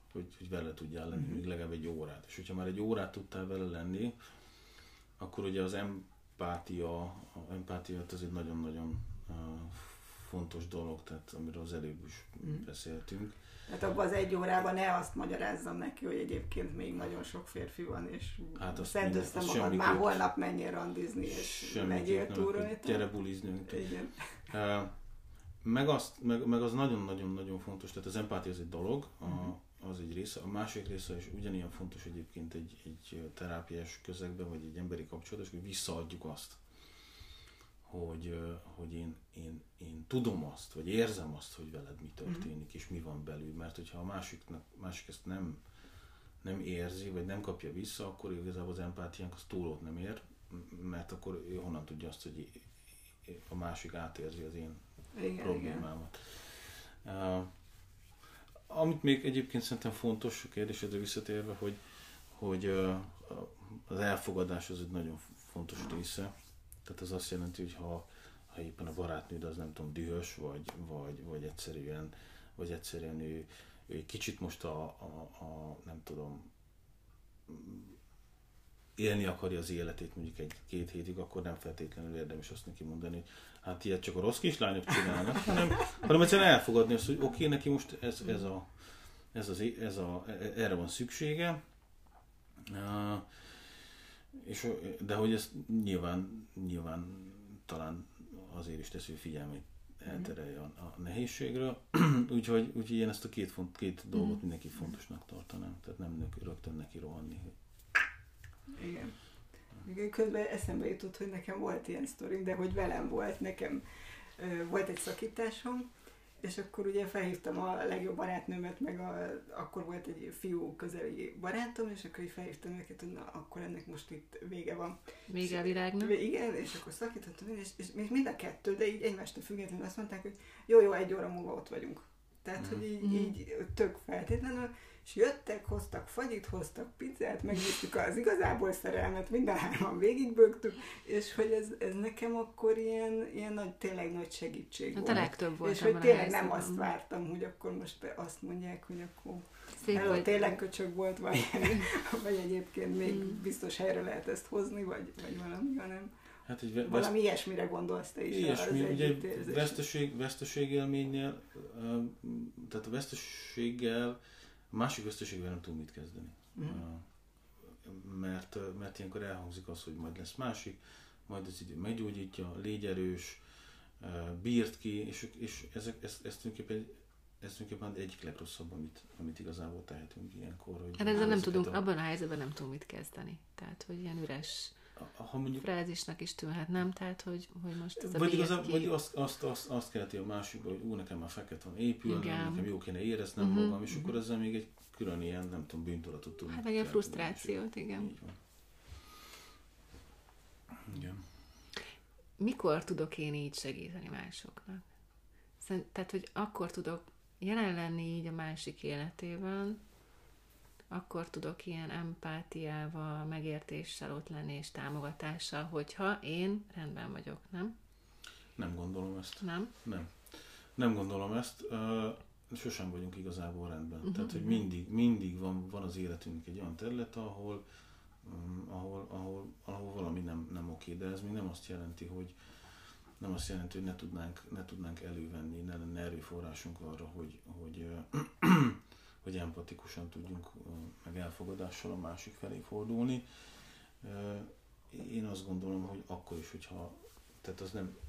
hogy, hogy vele tudjál lenni, uh-huh. még legalább egy órát. És hogyha már egy órát tudtál vele lenni, akkor ugye az empátia, a empátia az egy nagyon-nagyon uh, fontos dolog, tehát amiről az előbb is uh-huh. beszéltünk. Hát abban az egy órában ne azt magyarázzam neki, hogy egyébként még nagyon sok férfi van, és hát szedd össze magad, már holnap menjél randizni, és legyél túl. Gyere buliznünk. Igen. Uh, meg, azt, meg, meg az nagyon-nagyon-nagyon fontos, tehát az empátia az egy dolog, uh-huh. a, az egy része, a másik része is ugyanilyen fontos egyébként egy, egy terápiás közegben, vagy egy emberi kapcsolatban, hogy visszaadjuk azt, hogy, hogy én, én, én tudom azt, vagy érzem azt, hogy veled mi történik, mm-hmm. és mi van belül, mert hogyha a másiknak, másik ezt nem, nem érzi, vagy nem kapja vissza, akkor igazából az empátiánk az túlót nem ér, mert akkor ő honnan tudja azt, hogy a másik átérzi az én igen, problémámat. Igen. Uh, amit még egyébként szerintem fontos, a kérdésedre visszatérve, hogy, hogy uh, az elfogadás az egy nagyon fontos része. Tehát ez azt jelenti, hogy ha, ha éppen a barátnőd az nem tudom, dühös, vagy, vagy, vagy egyszerűen, vagy egyszerűen ő, ő egy kicsit most a, a, a, nem tudom, élni akarja az életét mondjuk egy-két hétig, akkor nem feltétlenül érdemes azt neki mondani, hogy hát ilyet csak a rossz kislányok csinálnak, hanem, hanem egyszerűen elfogadni azt, hogy oké, okay, neki most ez, ez a, ez az, ez a, erre van szüksége, uh, és, de hogy ez nyilván, nyilván talán azért is teszi, hogy figyelmét elterelje a, a nehézségről, úgyhogy, úgyhogy én ezt a két, font, két dolgot mm. mindenki fontosnak tartanám, tehát nem rögtön neki rohanni. Igen. Közben eszembe jutott, hogy nekem volt ilyen sztorim, de hogy velem volt, nekem ö, volt egy szakításom, és akkor ugye felhívtam a legjobb barátnőmet, meg a, akkor volt egy fiú közeli barátom, és akkor így felhívtam őket, hogy na, akkor ennek most itt vége van. Vége a világnak. Igen, és akkor szakítottam, és, és még mind a kettő, de így egymástól függetlenül azt mondták, hogy jó, jó, egy óra múlva ott vagyunk. Tehát, mm. hogy így, mm. így tök feltétlenül, és jöttek, hoztak fagyit, hoztak pizzát, megnéztük az igazából szerelmet, minden hárman végigbögtük, és hogy ez, ez nekem akkor ilyen, ilyen nagy, tényleg nagy segítség hát volt. A legtöbb volt. És hogy tényleg nem azt vártam, hogy akkor most azt mondják, hogy akkor elő, tényleg köcsög volt, vagy, vagy egyébként még mm. biztos helyre lehet ezt hozni, vagy, vagy valami, hanem hát egy ve- valami veszt... ilyesmire gondolsz te is. Ilyesmi, ugye veszteség, veszteségélménynél, tehát a veszteséggel, a másik veszteséggel nem tudom mit kezdeni. Mm. Mert, mert ilyenkor elhangzik az, hogy majd lesz másik, majd az idő meggyógyítja, légy erős, bírt ki, és, és ezek, ezt, ezt tulajdonképpen ez tulajdonképpen egyik legrosszabb, amit, amit igazából tehetünk ilyenkor. Hogy hát ezzel nem tudunk, a... abban a helyzetben nem tudunk mit kezdeni. Tehát, hogy ilyen üres ha mondjuk, frázisnak is tűnhet, nem? Tehát, hogy, hogy most ez a vagy, igazán, vagy azt, azt, azt, azt keleti a másikban, hogy ú, nekem már fekete van épül, nekem jó kéne éreznem uh-huh. magam, és uh-huh. akkor ezzel még egy külön ilyen, nem tudom, bűntudatot tudunk. Hát meg ilyen frusztrációt, igen. Így van. Igen. Mikor tudok én így segíteni másoknak? Tehát, hogy akkor tudok jelen lenni így a másik életében, akkor tudok ilyen empátiával, megértéssel ott lenni és támogatással, hogyha én rendben vagyok, nem? Nem gondolom ezt. Nem? Nem. Nem gondolom ezt. Uh, sosem vagyunk igazából rendben. Uh-huh. Tehát, hogy mindig, mindig van, van az életünknek egy olyan terület, ahol, um, ahol, ahol, ahol valami nem, nem oké, de ez még nem azt jelenti, hogy nem azt jelenti, hogy ne tudnánk, ne tudnánk elővenni, ne lenne erőforrásunk arra, hogy, hogy hogy empatikusan tudjunk, meg elfogadással a másik felé fordulni. Én azt gondolom, hogy akkor is, hogyha, tehát az nem,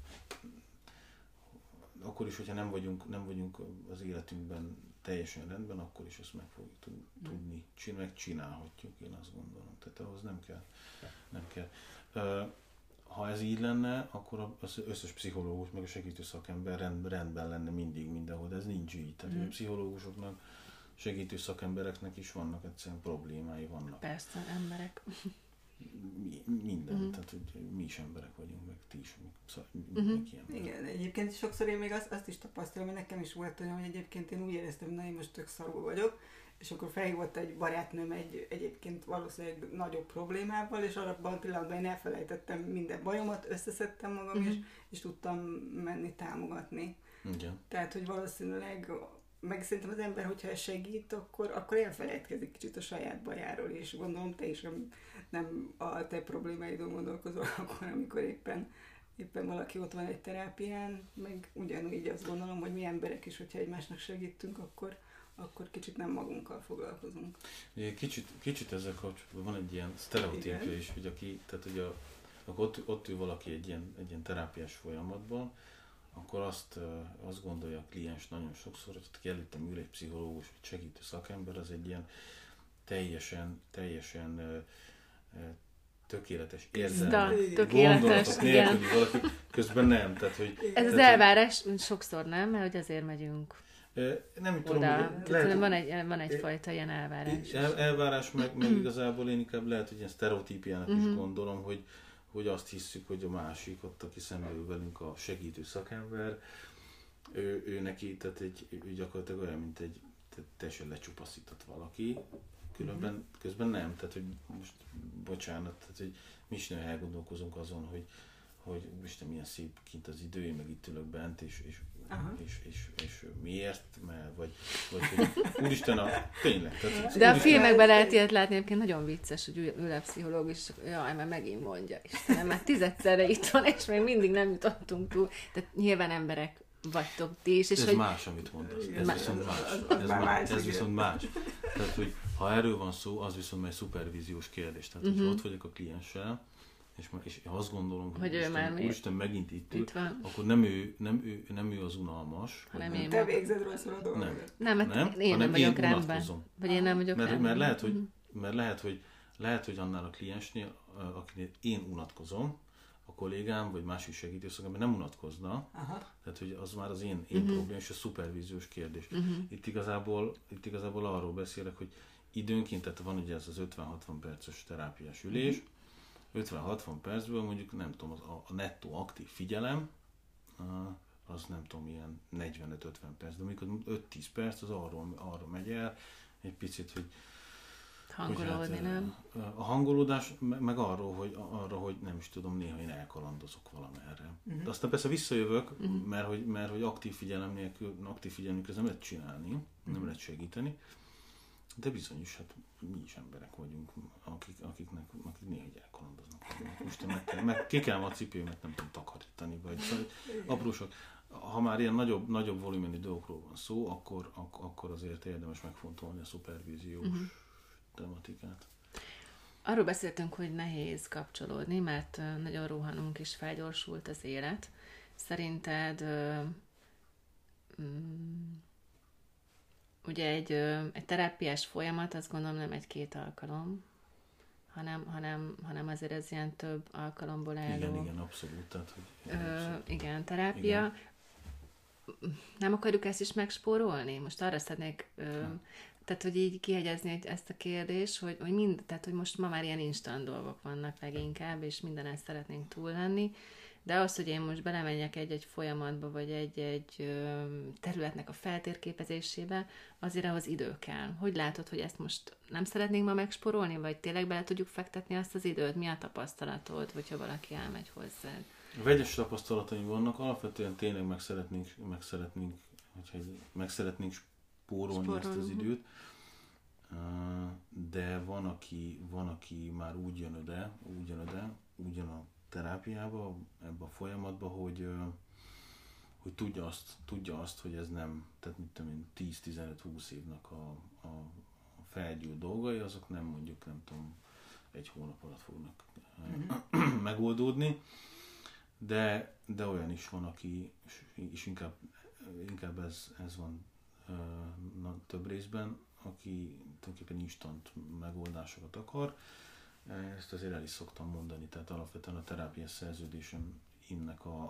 akkor is, hogyha nem vagyunk, nem vagyunk az életünkben teljesen rendben, akkor is ezt meg fogjuk tudni, megcsinálhatjuk, én azt gondolom. Tehát ahhoz nem kell. Nem kell. Ha ez így lenne, akkor az összes pszichológus, meg a segítő szakember rend, rendben lenne mindig, mindenhol, de ez nincs így. Tehát mm. a pszichológusoknak, segítő szakembereknek is vannak egyszerűen problémái, vannak. Persze, emberek. Mi, minden, uh-huh. tehát hogy mi is emberek vagyunk, meg ti is, szóval uh-huh. Igen, egyébként sokszor én még azt, azt is tapasztalom, hogy nekem is volt olyan, hogy egyébként én úgy éreztem, hogy na, én most tök szarul vagyok, és akkor felhívott egy barátnőm egy egyébként valószínűleg nagyobb problémával, és abban a pillanatban én elfelejtettem minden bajomat, összeszedtem magam, uh-huh. és, és tudtam menni támogatni. Igen. Tehát, hogy valószínűleg meg szerintem az ember, hogyha segít, akkor, akkor elfelejtkezik kicsit a saját bajáról, és gondolom te is nem, nem a te problémáidon gondolkozol akkor, amikor éppen, éppen valaki ott van egy terápián, meg ugyanúgy azt gondolom, hogy mi emberek is, hogyha egymásnak segítünk, akkor, akkor kicsit nem magunkkal foglalkozunk. Kicsit, kicsit ezzel kapcsolatban van egy ilyen sztereotípia is, hogy aki, tehát hogy a, akkor ott, ott ül valaki egy ilyen, egy ilyen terápiás folyamatban, akkor azt, azt gondolja a kliens nagyon sokszor, hogy aki előttem ül egy pszichológus, vagy segítő szakember, az egy ilyen teljesen, teljesen tökéletes érzelmi gondolatok nélküli valaki, közben nem. Tehát, hogy, ez tehát, az elvárás sokszor nem, mert hogy azért megyünk nem oda. tudom, tehát lehet, van, egy, van egyfajta ilyen elvárás. El, elvárás, meg, meg igazából én inkább lehet, hogy ilyen sztereotípiának uh-huh. is gondolom, hogy hogy azt hiszük, hogy a másik, ott, aki szembeül velünk, a segítő szakember, ő, ő neki, tehát egy, ő gyakorlatilag olyan, mint egy teljesen lecsupaszított valaki, különben, közben nem, tehát hogy most, bocsánat, tehát hogy mi is nagyon elgondolkozunk azon, hogy, hogy Isten milyen szép kint az idő, én meg itt ülök bent, és, és, és, és, és, és miért, mert, vagy, vagy hogy úristen, a, tényleg. Tehát, de a filmekben lehet ilyet látni, egyébként nagyon vicces, hogy ül a pszichológus, és jaj, mert megint mondja, Istenem, már tizedszerre itt van, és még mindig nem jutottunk túl. Tehát nyilván emberek vagytok ti is. És ez hogy... más, amit mondasz. Ez más. viszont más. Ez, más, ez viszont más. Tehát, hogy ha erről van szó, az viszont egy szupervíziós kérdés. Tehát, hogyha uh-huh. ott vagyok a klienssel, és, és azt gondolom, hogy, hogy Isten, Úristen megint itt ül, itt akkor nem ő, nem, ő, nem ő az unalmas. Nem én. Te végzed rosszul a dolgokat. Nem, nem, nem, én nem vagyok rendben. Vagy én nem vagyok mert, rendben. Mert lehet, hogy, mert lehet, hogy, lehet, hogy annál a kliensnél, akinél én unatkozom, a kollégám, vagy másik segítőszakember nem unatkozna, aha. Tehát, hogy az már az én, én uh-huh. problém, és a szupervíziós kérdés. Uh-huh. Itt, igazából, itt igazából arról beszélek, hogy időnként, tehát van ugye ez az ötven-hatvan perces terápiás ülés, uh-huh. ötven-hatvan percből mondjuk, nem tudom, a, a nettó aktív figyelem, az nem tudom, ilyen negyvenöt-ötven perc, de amikor öt-tíz perc, az arról, arról megy el, egy picit, hogy hangolódni, hát, nem? A hangolódás, meg arról, hogy, arra, hogy nem is tudom, néha én elkalandozok valamerre. Uh-huh. De aztán persze visszajövök, uh-huh. mert, hogy, mert hogy aktív figyelem nélkül, aktív figyelem nélkül nem lehet csinálni, uh-huh. nem lehet segíteni. De bizonyos, hát mi is emberek vagyunk, akik, akiknek, akik néha elkalandoznak. Most meg, meg ki kell a cipőmet, nem tudom takarítani, vagy szóval aprósak. Ha már ilyen nagyobb, nagyobb volumenű dolgokról van szó, akkor, ak, akkor azért érdemes megfontolni a szupervíziós uh-huh. tematikát. Arról beszéltünk, hogy nehéz kapcsolódni, mert nagyon rohanunk és felgyorsult az élet. Szerinted mm, ugye egy, egy terápiás folyamat, azt gondolom nem egy-két alkalom, hanem, hanem, hanem azért ez ilyen több alkalomból álló. Igen, igen, abszolút. Tehát, hogy ö, abszolút. Igen, terápia. Igen. Nem akarjuk ezt is megspórolni? Most arra szeretnék, ö, tehát hogy így kihegyezni ezt a kérdést, hogy, hogy mind, tehát hogy most ma már ilyen instant dolgok vannak leginkább, és minden ezt szeretnénk túl lenni, de az, hogy én most belemenjek egy-egy folyamatba, vagy egy-egy területnek a feltérképezésébe, azért ahhoz idő kell. Hogy látod, hogy ezt most nem szeretnénk ma megsporolni, vagy tényleg bele tudjuk fektetni azt az időt? Mi a tapasztalatod, hogyha valaki elmegy hozzád? Vegyes tapasztalataim vannak, alapvetően tényleg meg szeretnénk, meg szeretnénk, hogyha meg szeretnénk spórolni Spórol. ezt az időt, de van, aki, van, aki már úgy jön oda, úgy jön oda, úgy jön a terápiába, ebbe a folyamatba, hogy, hogy tudja, azt, tudja azt, hogy ez nem, tehát mit tudom én, tíz-tizenöt-húsz évnek a, a felgyűlt dolgai, azok nem mondjuk, nem tudom, egy hónap alatt fognak mm-hmm. megoldódni, de, de olyan is van, aki, és inkább, inkább ez, ez van na, több részben, aki tulajdonképpen instant megoldásokat akar. Ezt azért el is szoktam mondani, tehát alapvetően a terápiás szerződésemnek a,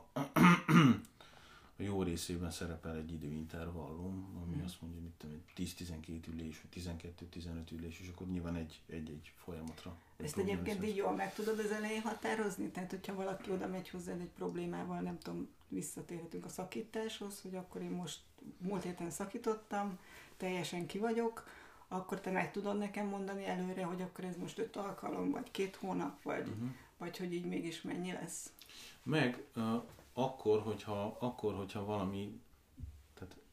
a jó részében szerepel egy időintervallum, ami mm. azt mondja, hogy tíz-tizenkét ülés, vagy tizenkettő-tizenöt ülés, és akkor nyilván egy, egy-egy folyamatra. Ezt egyébként így jól meg tudod az elején határozni? Tehát, hogyha valaki oda megy hozzád egy problémával, nem tudom, visszatérhetünk a szakításhoz, hogy akkor én most múlt héten szakítottam, teljesen ki vagyok, akkor te meg tudod nekem mondani előre, hogy akkor ez most öt alkalom, vagy két hónap, vagy, uh-huh. vagy hogy így mégis mennyi lesz? Meg uh, akkor, hogyha, akkor, hogyha valami, tehát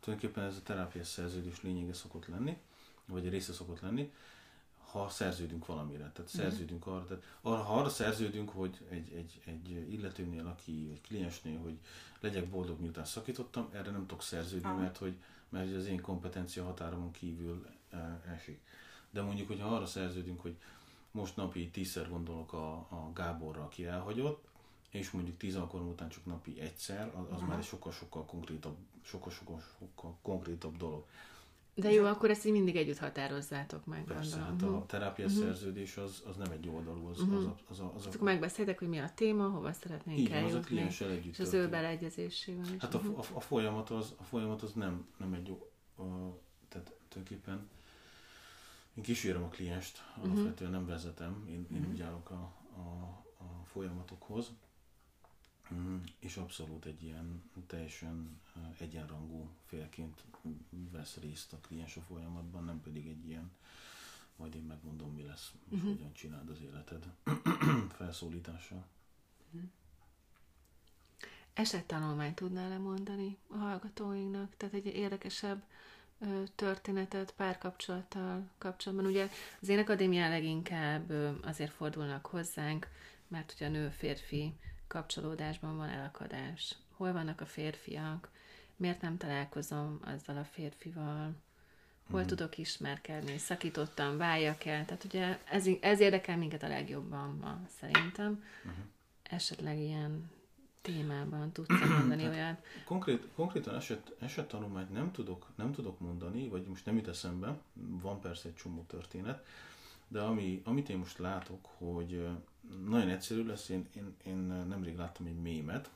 tulajdonképpen ez a terápiás szerződés lényege szokott lenni, vagy a része szokott lenni, ha szerződünk valamire. Tehát szerződünk arra, tehát arra, ha arra szerződünk, hogy egy, egy, egy illetőnél, aki, egy kliensnél, hogy legyek boldog, miután szakítottam, erre nem tudok szerződni, mert hogy, mert az én kompetencia határomon kívül esik. De mondjuk, hogyha arra szerződünk, hogy most napi tízszer gondolok a, a Gáborra, aki elhagyott, és mondjuk tíz alkalom után csak napi egyszer, az, az már egy sokkal-sokkal konkrétabb, sokkal-sokkal konkrétabb dolog. De jó, akkor ezt így mindig együtt határozzátok meg. Persze, gondolom. hát a terápiás uh-huh. szerződés az, az nem egy oldalú, az, uh-huh. az, a, az, a, az a... Akkor megbeszéltek, hogy mi a téma, hova szeretnénk így eljutni, az a klienssel együtt és az ő beleegyezésével is. Hát a, a, a, folyamat az, a folyamat az nem, nem egy jó, a, tehát tulajdonképpen én kísérem a klienst, alapvetően uh-huh. nem vezetem, én, én uh-huh. úgy állok a, a, a folyamatokhoz, és abszolút egy ilyen teljesen egyenrangú félként vesz részt a kliens a folyamatban, nem pedig egy ilyen, majd én megmondom, mi lesz, és uh-huh. hogyan csináld az életed felszólítással. Uh-huh. Esettanulmányt tudnál lemondani a hallgatóinknak? Tehát egy érdekesebb ö, történetet párkapcsolattal kapcsolatban. Ugye az én akadémián leginkább ö, azért fordulnak hozzánk, mert ugye a nő-férfi kapcsolódásban van elakadás. Hol vannak a férfiak? Miért nem találkozom azzal a férfival? Hol mm. tudok ismerkedni? Szakítottam, váljak el? Tehát ugye ez, ez érdekel minket a legjobban ma, szerintem. Mm-hmm. Esetleg ilyen témában tudsz mondani hát olyat? Konkrét, konkrétan eset, esettanulmányt nem tudok, nem tudok mondani, vagy most nem jut eszembe, van persze egy csomó történet, de ami, amit én most látok, hogy nagyon egyszerű lesz, én, én, én nemrég láttam egy mémet,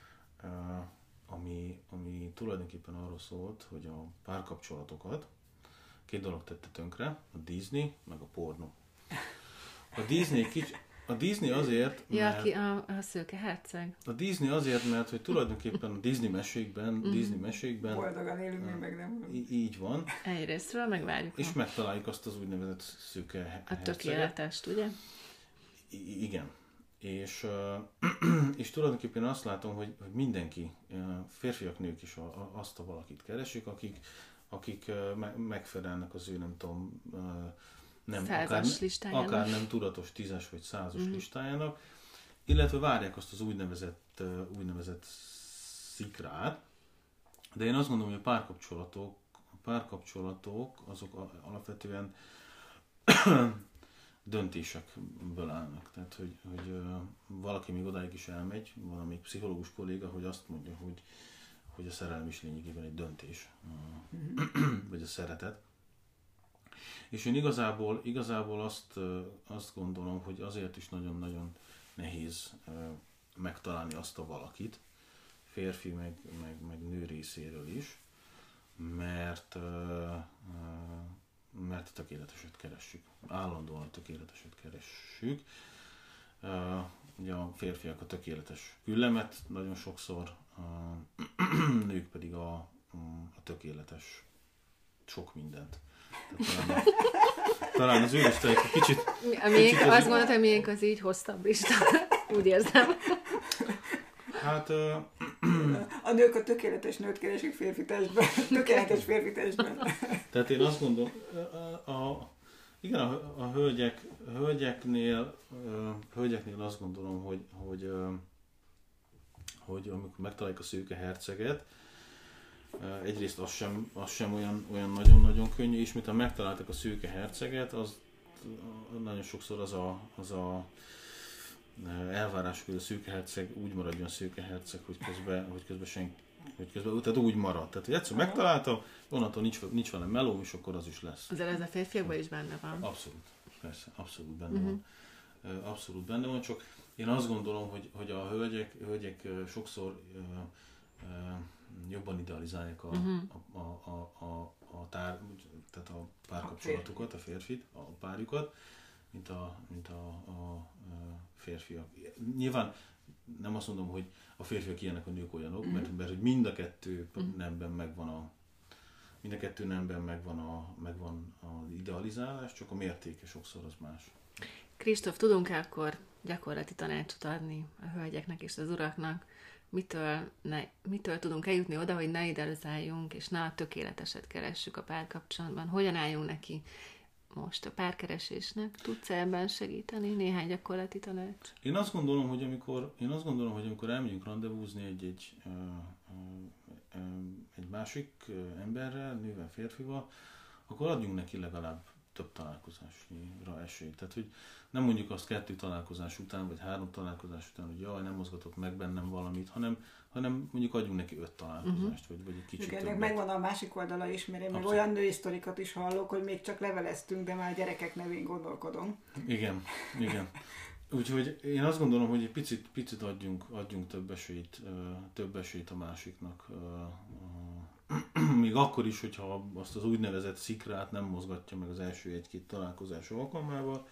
ami, ami tulajdonképpen arról szólt, hogy a párkapcsolatokat két dolog tette tönkre, a Disney, meg a pornó. A Disney, kicsi, a Disney azért, ja, mert... ki a, a szőke herceg. A Disney azért, mert hogy tulajdonképpen a Disney mesékben, mm. Disney mesékben... Boldogan élünk, mi meg nem. Í- így van. Egyrésztről megvárjuk. És a... megtaláljuk azt az úgynevezett szőke herceget. A tökéletest, ugye? I- igen. És, és tulajdonképpen azt látom, hogy, hogy mindenki, férfiak, nők is azt a valakit keresik, akik, akik megfelelnek az ő, nem tudom, nem, akár, akár nem tudatos tízes vagy százas mm. listájának, illetve várják azt az úgynevezett, úgynevezett szikrát. De én azt gondolom, hogy a párkapcsolatok, a párkapcsolatok azok alapvetően döntésekből állnak. Tehát, hogy, hogy uh, valaki még odáig is elmegy, valamelyik pszichológus kolléga, hogy azt mondja, hogy, hogy a szerelem is lényegében egy döntés, uh, mm-hmm. vagy a szeretet. És én igazából, igazából azt, uh, azt gondolom, hogy azért is nagyon-nagyon nehéz uh, megtalálni azt a valakit, férfi meg, meg, meg nő részéről is, mert uh, uh, mert a tökéleteset keressük. Állandóan a tökéleteset keressük. Uh, ugye a férfiak a tökéletes küllemet nagyon sokszor, uh, nők pedig a, a tökéletes sok mindent. Tehát talán, talán az ő lista egy kicsit... Miénk, kicsit azt gondoltam, hogy miénk az így hosszabb lista. Úgy érzem. Hát... Uh, a nők a tökéletes nőt keresik férfi testben. Tökéletes férfi testben. Tehát én azt gondolom, a, a, igen, a, a hölgyek, a hölgyeknél, a hölgyeknél azt gondolom, hogy, hogy, hogy amikor megtaláljuk a szőke herceget, egyrészt az sem, az sem olyan, olyan nagyon-nagyon könnyű, és mintha megtaláltak a szőke herceget, az nagyon sokszor az a, az a elvárás, hogy a szőke herceg úgy maradjon szőke herceg, hogy közben, hogy közben senki, hogy közben, tehát úgy marad. Tehát, hogy egyszer megtaláltam, onnantól nincs, nincs velem melóm, és akkor az is lesz. Azért ez a férfiakban is benne van. Abszolút, persze, abszolút benne uh-huh. van. Abszolút benne van, csak én azt gondolom, hogy, hogy a hölgyek, hölgyek sokszor uh, uh, jobban idealizálják a, uh-huh. a, a, a, a, a, tár, tehát a párkapcsolatukat, a férfit, a párjukat, mint a, mint a, a, a férfiak. Nyilván nem azt mondom, hogy a férfiak ilyenek, a nők olyanok, mm. mert, mert hogy mind a kettő mm. nemben megvan a mind a kettő nemben megvan a megvan az idealizálás, csak a mértéke sokszor az más. Kristóf, tudunk-e akkor gyakorlati tanácsot adni a hölgyeknek és az uraknak, mitől, ne, mitől tudunk eljutni oda, hogy ne idealizáljunk, és ne a tökéleteset keressük a párkapcsolatban. Hogyan álljunk neki most a párkeresésnek? Tudsz ebben segíteni? Néhány gyakorlati tanács? Én azt gondolom, hogy amikor, én azt gondolom, hogy amikor elmegyünk randevúzni egy, egy, egy másik emberrel, nővel, férfival, akkor adjunk neki legalább több találkozásra esélyt. Tehát, hogy nem mondjuk azt kettő találkozás után, vagy három találkozás után, hogy jaj, nem mozgatott meg bennem valamit, hanem, hanem mondjuk adjunk neki öt találkozást, uh-huh. vagy, vagy egy kicsit többet. Ennek megvan a másik oldala is, mert én meg olyan női sztorikat is hallok, hogy még csak leveleztünk, de már gyerekek nevén gondolkodom. Igen, igen. Úgyhogy én azt gondolom, hogy egy picit, picit adjunk, adjunk több esélyt, több esélyt a másiknak. Még akkor is, hogyha azt az úgynevezett szikrát nem mozgatja meg az első egy-két találkozás alkalmával.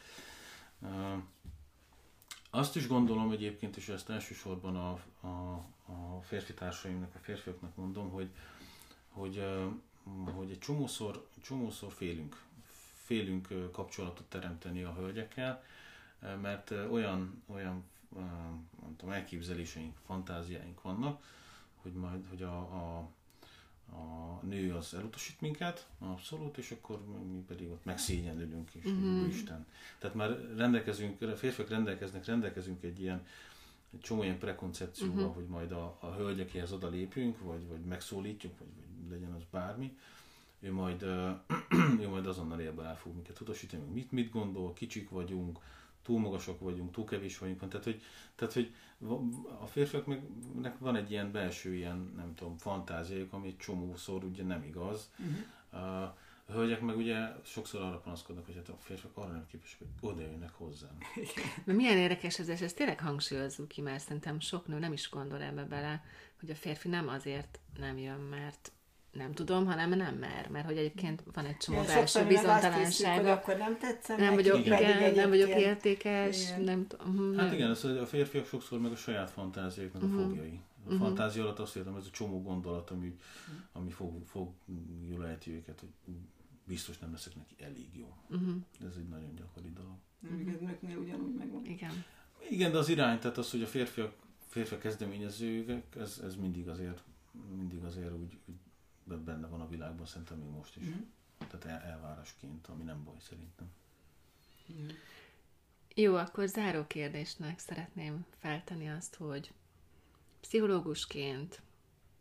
Azt is gondolom egyébként, és ezt elsősorban a, a, a férfi társaimnak, a férfiaknak mondom, hogy, hogy, hogy egy csomószor, csomószor félünk. Félünk kapcsolatot teremteni a hölgyekkel, mert olyan, olyan nem tudom, elképzeléseink, fantáziáink vannak, hogy majd, hogy a, a a nő az elutasít minket, abszolút, és akkor mi pedig ott megszégyenülünk is, mm-hmm. Isten. Tehát már rendelkezünk, a férfiak rendelkeznek, rendelkezünk egy ilyen, egy csomó ilyen prekoncepcióval, mm-hmm. hogy majd a, a hölgyekéhez oda lépünk, vagy, vagy megszólítjuk, vagy, vagy legyen az bármi, ő majd, ő majd azonnal élbe el fog minket utasítani, mit, mit gondol, kicsik vagyunk, túl magasak vagyunk, túl kevés vagyunk, tehát hogy, tehát, hogy a férfiaknak van egy ilyen belső ilyen, nem tudom, fantáziájuk, ami egy csomószor ugye nem igaz. Uh-huh. A hölgyek meg ugye sokszor arra panaszkodnak, hogy hát a férfiak arra nem képesek, hogy odajöjjenek hozzám. De milyen érdekes ez, és ezt tényleg hangsúlyozzuk ki, mert szerintem sok nő nem is gondol ebbe bele, hogy a férfi nem azért nem jön, mert nem tudom, hanem nem mer, mert hogy egyébként van egy csomó belső bizonytalansága. Akkor nem tetszem nem vagyok, igen, igen, nem vagyok értékes, igen. nem tudom. Hát igen, az, a férfiak sokszor meg a saját fantáziáiknak uh-huh. a fogjai. A uh-huh. fantázia alatt azt értem, ez a csomó gondolat, ami, ami fog, fog jól ejti őket, hogy biztos nem leszek neki elég jó. Uh-huh. Ez egy nagyon gyakori dolog. Uh-huh. Ez nőknél ugyanúgy megvan. Igen. Igen, de az irány, tehát az, hogy a férfiak, férfiak kezdeményezők, ez, ez mindig azért, mindig azért úgy, úgy benne van a világban, szerintem még most is. Mm. Tehát el, elvárásként, ami nem baj szerintem. Mm. Jó, akkor záró kérdésnek szeretném feltenni azt, hogy pszichológusként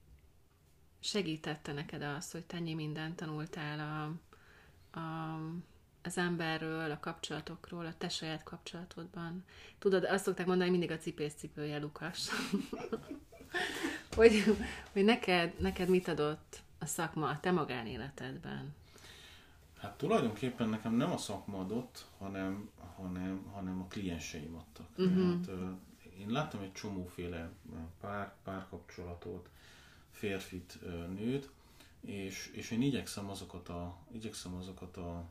segítette neked az, hogy te ennyi mindent tanultál a, a, az emberről, a kapcsolatokról, a te saját kapcsolatodban. Tudod, azt szokták mondani, hogy mindig a cipész cipője lukas. hogy, hogy neked, neked mit adott a szakma a te magánéletedben? Hát tulajdonképpen nekem nem a szakma adott, hanem, hanem, hanem a klienseim adtak. Uh-huh. Tehát, uh, én láttam egy csomóféle pár, párkapcsolatot, férfit, uh, nőt, és, és én igyekszem azokat a, igyekszem azokat a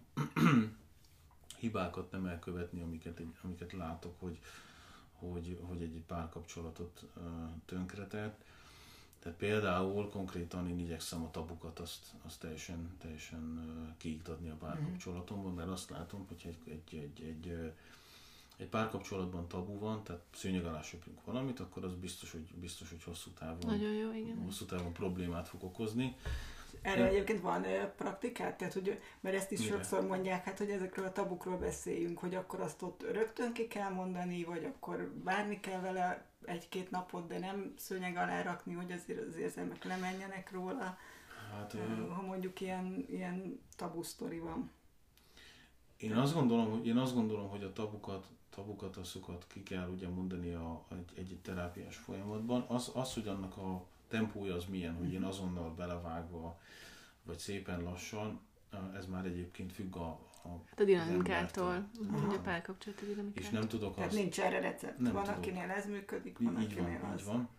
hibákat nem elkövetni, amiket, amiket látok, hogy, hogy, hogy egy párkapcsolatot uh, tönkretett. Tehát például konkrétan én igyekszem a tabukat azt, azt teljesen, teljesen kiiktatni a párkapcsolatomban, mert azt látom, hogy egy, egy, egy, egy, egy párkapcsolatban tabu van, tehát szőnyeg alá söprünk valamit, akkor az biztos, hogy, biztos, hogy hosszú távon, Nagyon jó, igen. hosszú távon problémát fog okozni. Erre egyébként van praktikát? Tehát, hogy, mert ezt is Mire? sokszor mondják, hát, hogy ezekről a tabukról beszéljünk, hogy akkor azt ott rögtön ki kell mondani, vagy akkor várni kell vele egy-két napot, de nem szőnyeg alá rakni, hogy azért az érzelmek lemenjenek róla, hát, ha mondjuk ilyen, ilyen tabu sztori van. Én azt gondolom, hogy, én azt gondolom, hogy a tabukat, tabukat, azokat ki kell ugye mondani a, egy, egy terápiás folyamatban. Az, az, hogy annak a tempója az milyen, hogy én azonnal belevágva, vagy szépen lassan, ez már egyébként függ a, a, a dinamikától, a párkapcsolati dinamikától. És nem tudok Tehát azt... nincs erre recept. Nem van, tudok. Akinél ez működik, van, így akinél van, az. Így van.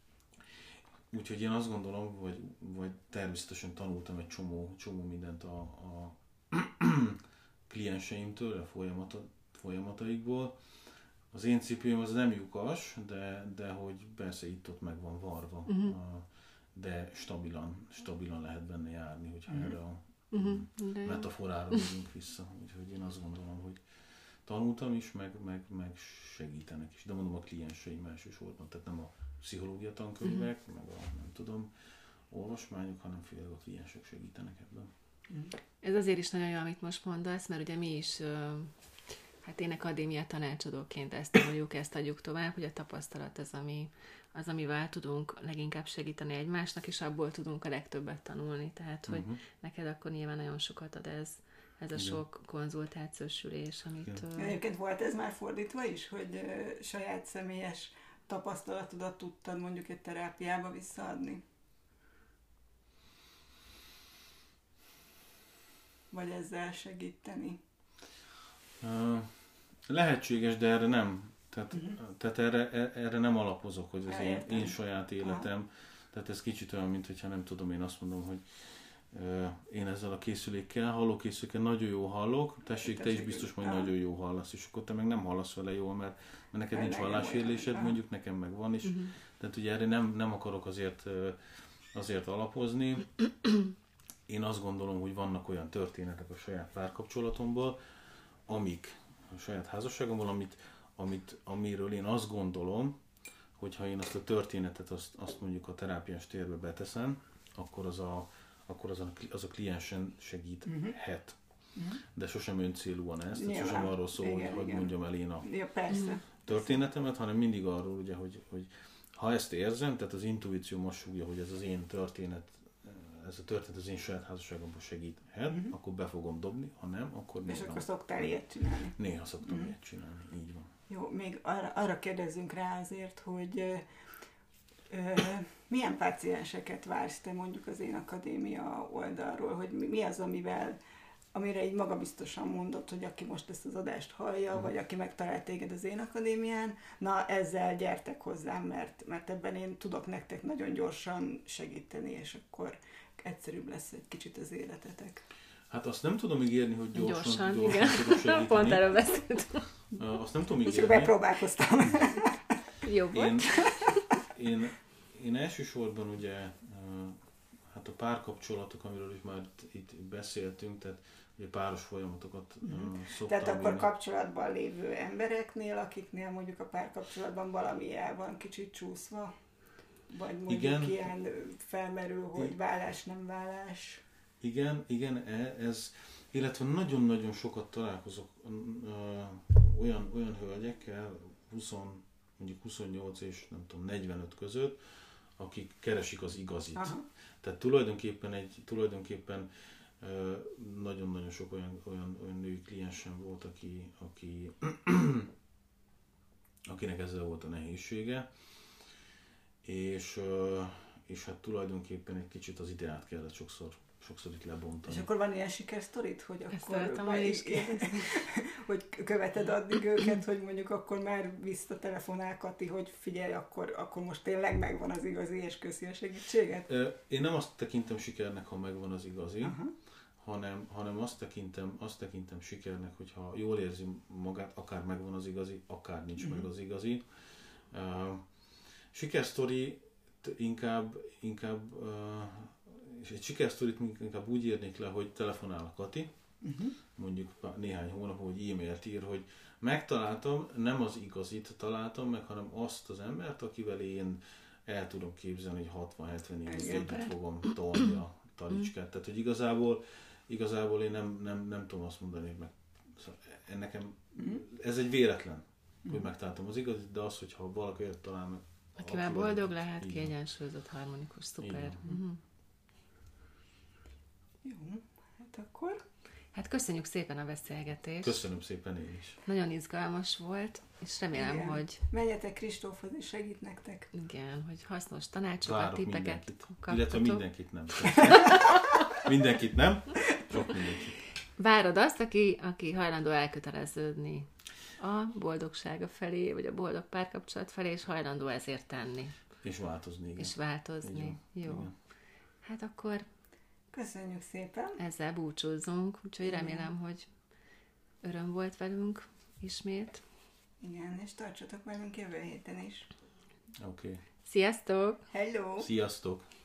Úgyhogy én azt gondolom, vagy, vagy természetesen tanultam egy csomó, csomó mindent a, a klienseimtől, a folyamata, folyamataikból. Az én cipőm az nem lyukas, de, de hogy persze itt-ott meg van varva, uh-huh. de stabilan, stabilan lehet benne járni, hogyha uh-huh. erre a uh-huh. metaforára megyünk vissza. Úgyhogy én azt gondolom, hogy tanultam is, meg, meg, meg segítenek is. De mondom a klienseim elsősorban, tehát nem a pszichológia tankönyvek, uh-huh. meg a nem tudom, olvasmányok, hanem főleg a kliensek segítenek ebben. Ez azért is nagyon jó, amit most mondasz, mert ugye mi is, hát én akadémia tanácsadóként ezt tanuljuk, ezt adjuk tovább, hogy a tapasztalat az, ami, az, amivel tudunk leginkább segíteni egymásnak, és abból tudunk a legtöbbet tanulni. Tehát, hogy uh-huh. neked akkor nyilván nagyon sokat ad ez, ez a igen. sok konzultációs ülés, amit... Uh... Egyébként volt ez már fordítva is, hogy uh, saját személyes tapasztalatodat tudtad mondjuk egy terápiába visszaadni? Vagy ezzel segíteni? Uh, lehetséges, de erre nem. Tehát, uh-huh. tehát erre, erre nem alapozok, hogy az én, én saját életem. Aha. Tehát ez kicsit olyan, mint hogyha nem tudom, én azt mondom, hogy uh, én ezzel a készülékkel, hallókészülékkel nagyon jó hallok, tessék, te, te is biztos majd nagyon jó hallasz, és akkor te meg nem hallasz vele jól, mert, mert neked nincs hallásérlésed, mondjuk nekem meg van is. Uh-huh. Tehát ugye erre nem, nem akarok azért, azért alapozni. Én azt gondolom, hogy vannak olyan történetek a saját párkapcsolatomból, amik a saját házasságomból, amit, amit, amiről én azt gondolom, hogy ha én azt a történetet, azt, azt mondjuk a terápiás térbe beteszem, akkor az a, akkor az a, az a kliensen segíthet. Uh-huh. De sosem öncélúan ez, tehát sosem arról szól, igen, hogy, hogy mondjam el én a ja, persze. történetemet, hanem mindig arról, ugye, hogy, hogy ha ezt érzem, tehát az intuícióm azt súgja, hogy ez az én történet, ez a történet az én saját házasságomban segíthet, uh-huh. akkor be fogom dobni, ha nem, akkor néha. És akkor szoktál ilyet csinálni? Néha szoktam uh-huh. ilyet csinálni, így van. Jó, még arra, arra kérdezzünk rá azért, hogy ö, ö, milyen pácienseket vársz te mondjuk az Én Akadémia oldalról, hogy mi, mi az, amivel, amire így magabiztosan mondod, hogy aki most ezt az adást hallja, uh-huh. vagy aki megtalált téged az Én Akadémián, na ezzel gyertek hozzám, mert, mert ebben én tudok nektek nagyon gyorsan segíteni, és akkor egyszerűbb lesz egy kicsit az életetek. Hát azt nem tudom ígérni, hogy gyorsan, gyorsan, gyorsan igen. tudok segíteni. Pont erről beszéltem. Azt nem tudom ígérni. Csak bepróbálkoztam. Jó volt. Én, én, én elsősorban ugye, hát a párkapcsolatok, amiről is már itt beszéltünk, tehát ugye páros folyamatokat mm. szoktam. Tehát akkor vinni. kapcsolatban lévő embereknél, akiknél mondjuk a párkapcsolatban valami el van kicsit csúszva, vagy mondjuk igen. ilyen felmerül, hogy vállás, nem vállás. Igen, igen, ez, illetve nagyon-nagyon sokat találkozok olyan, olyan hölgyekkel, húsz, mondjuk huszonnyolc és nem tudom, negyvenöt között, akik keresik az igazit. Aha. Tehát tulajdonképpen egy, tulajdonképpen nagyon-nagyon sok olyan, olyan, olyan női kliensem volt, aki, aki, akinek ezzel volt a nehézsége. És, és hát tulajdonképpen egy kicsit az ideát kellett sokszor, sokszor itt lebontani. És akkor van ilyen sikersztorit, hogy Ezt akkor már is hogy követed addig őket, hogy mondjuk akkor már visszatelefonál Kati, hogy figyelj, akkor, akkor most tényleg megvan az igazi, és köszi a segítséget? Én nem azt tekintem sikernek, ha megvan az igazi, aha. hanem, hanem azt tekintem, azt tekintem sikernek, hogyha jól érzi magát, akár megvan az igazi, akár nincs uh-huh. meg az igazi. Uh, sikersztori inkább, inkább uh, és egy sikersztorit inkább úgy írnék le, hogy telefonál a Kati, uh-huh. mondjuk néhány hónap, hogy e-mailt ír, hogy megtaláltam, nem az igazit találtam meg, hanem azt az embert, akivel én el tudom képzelni, hogy hatvan-hetven évig együtt fogom tolni a talicskát. Tehát, hogy igazából, igazából én nem, nem, nem tudom azt mondani, hogy meg, nekem, ez egy véletlen, hogy megtaláltam az igazit, de az, hogyha valaki olyat talál meg, akivel boldog lehet, kiegyensúlyozott, harmonikus, szuper. Uh-huh. Jó, hát akkor... Hát köszönjük szépen a beszélgetést. Köszönöm szépen én is. Nagyon izgalmas volt, és remélem, igen. hogy... Menjetek Kristófhoz, és segít nektek. Igen, hogy hasznos tanácsokat, tippeket kaptatok. Illetve mindenkit nem. mindenkit nem, sok mindenkit. Várod azt, aki, aki hajlandó elköteleződni a boldogsága felé, vagy a boldog párkapcsolat felé, és hajlandó ezért tenni. És változni, igen. És változni. Jó. Igen. Hát akkor... Köszönjük szépen! Ezzel búcsúzzunk, úgyhogy remélem, hogy öröm volt velünk ismét. Igen, és tartsatok velünk jövő héten is. Oké. Okay. Sziasztok! Hello! Sziasztok!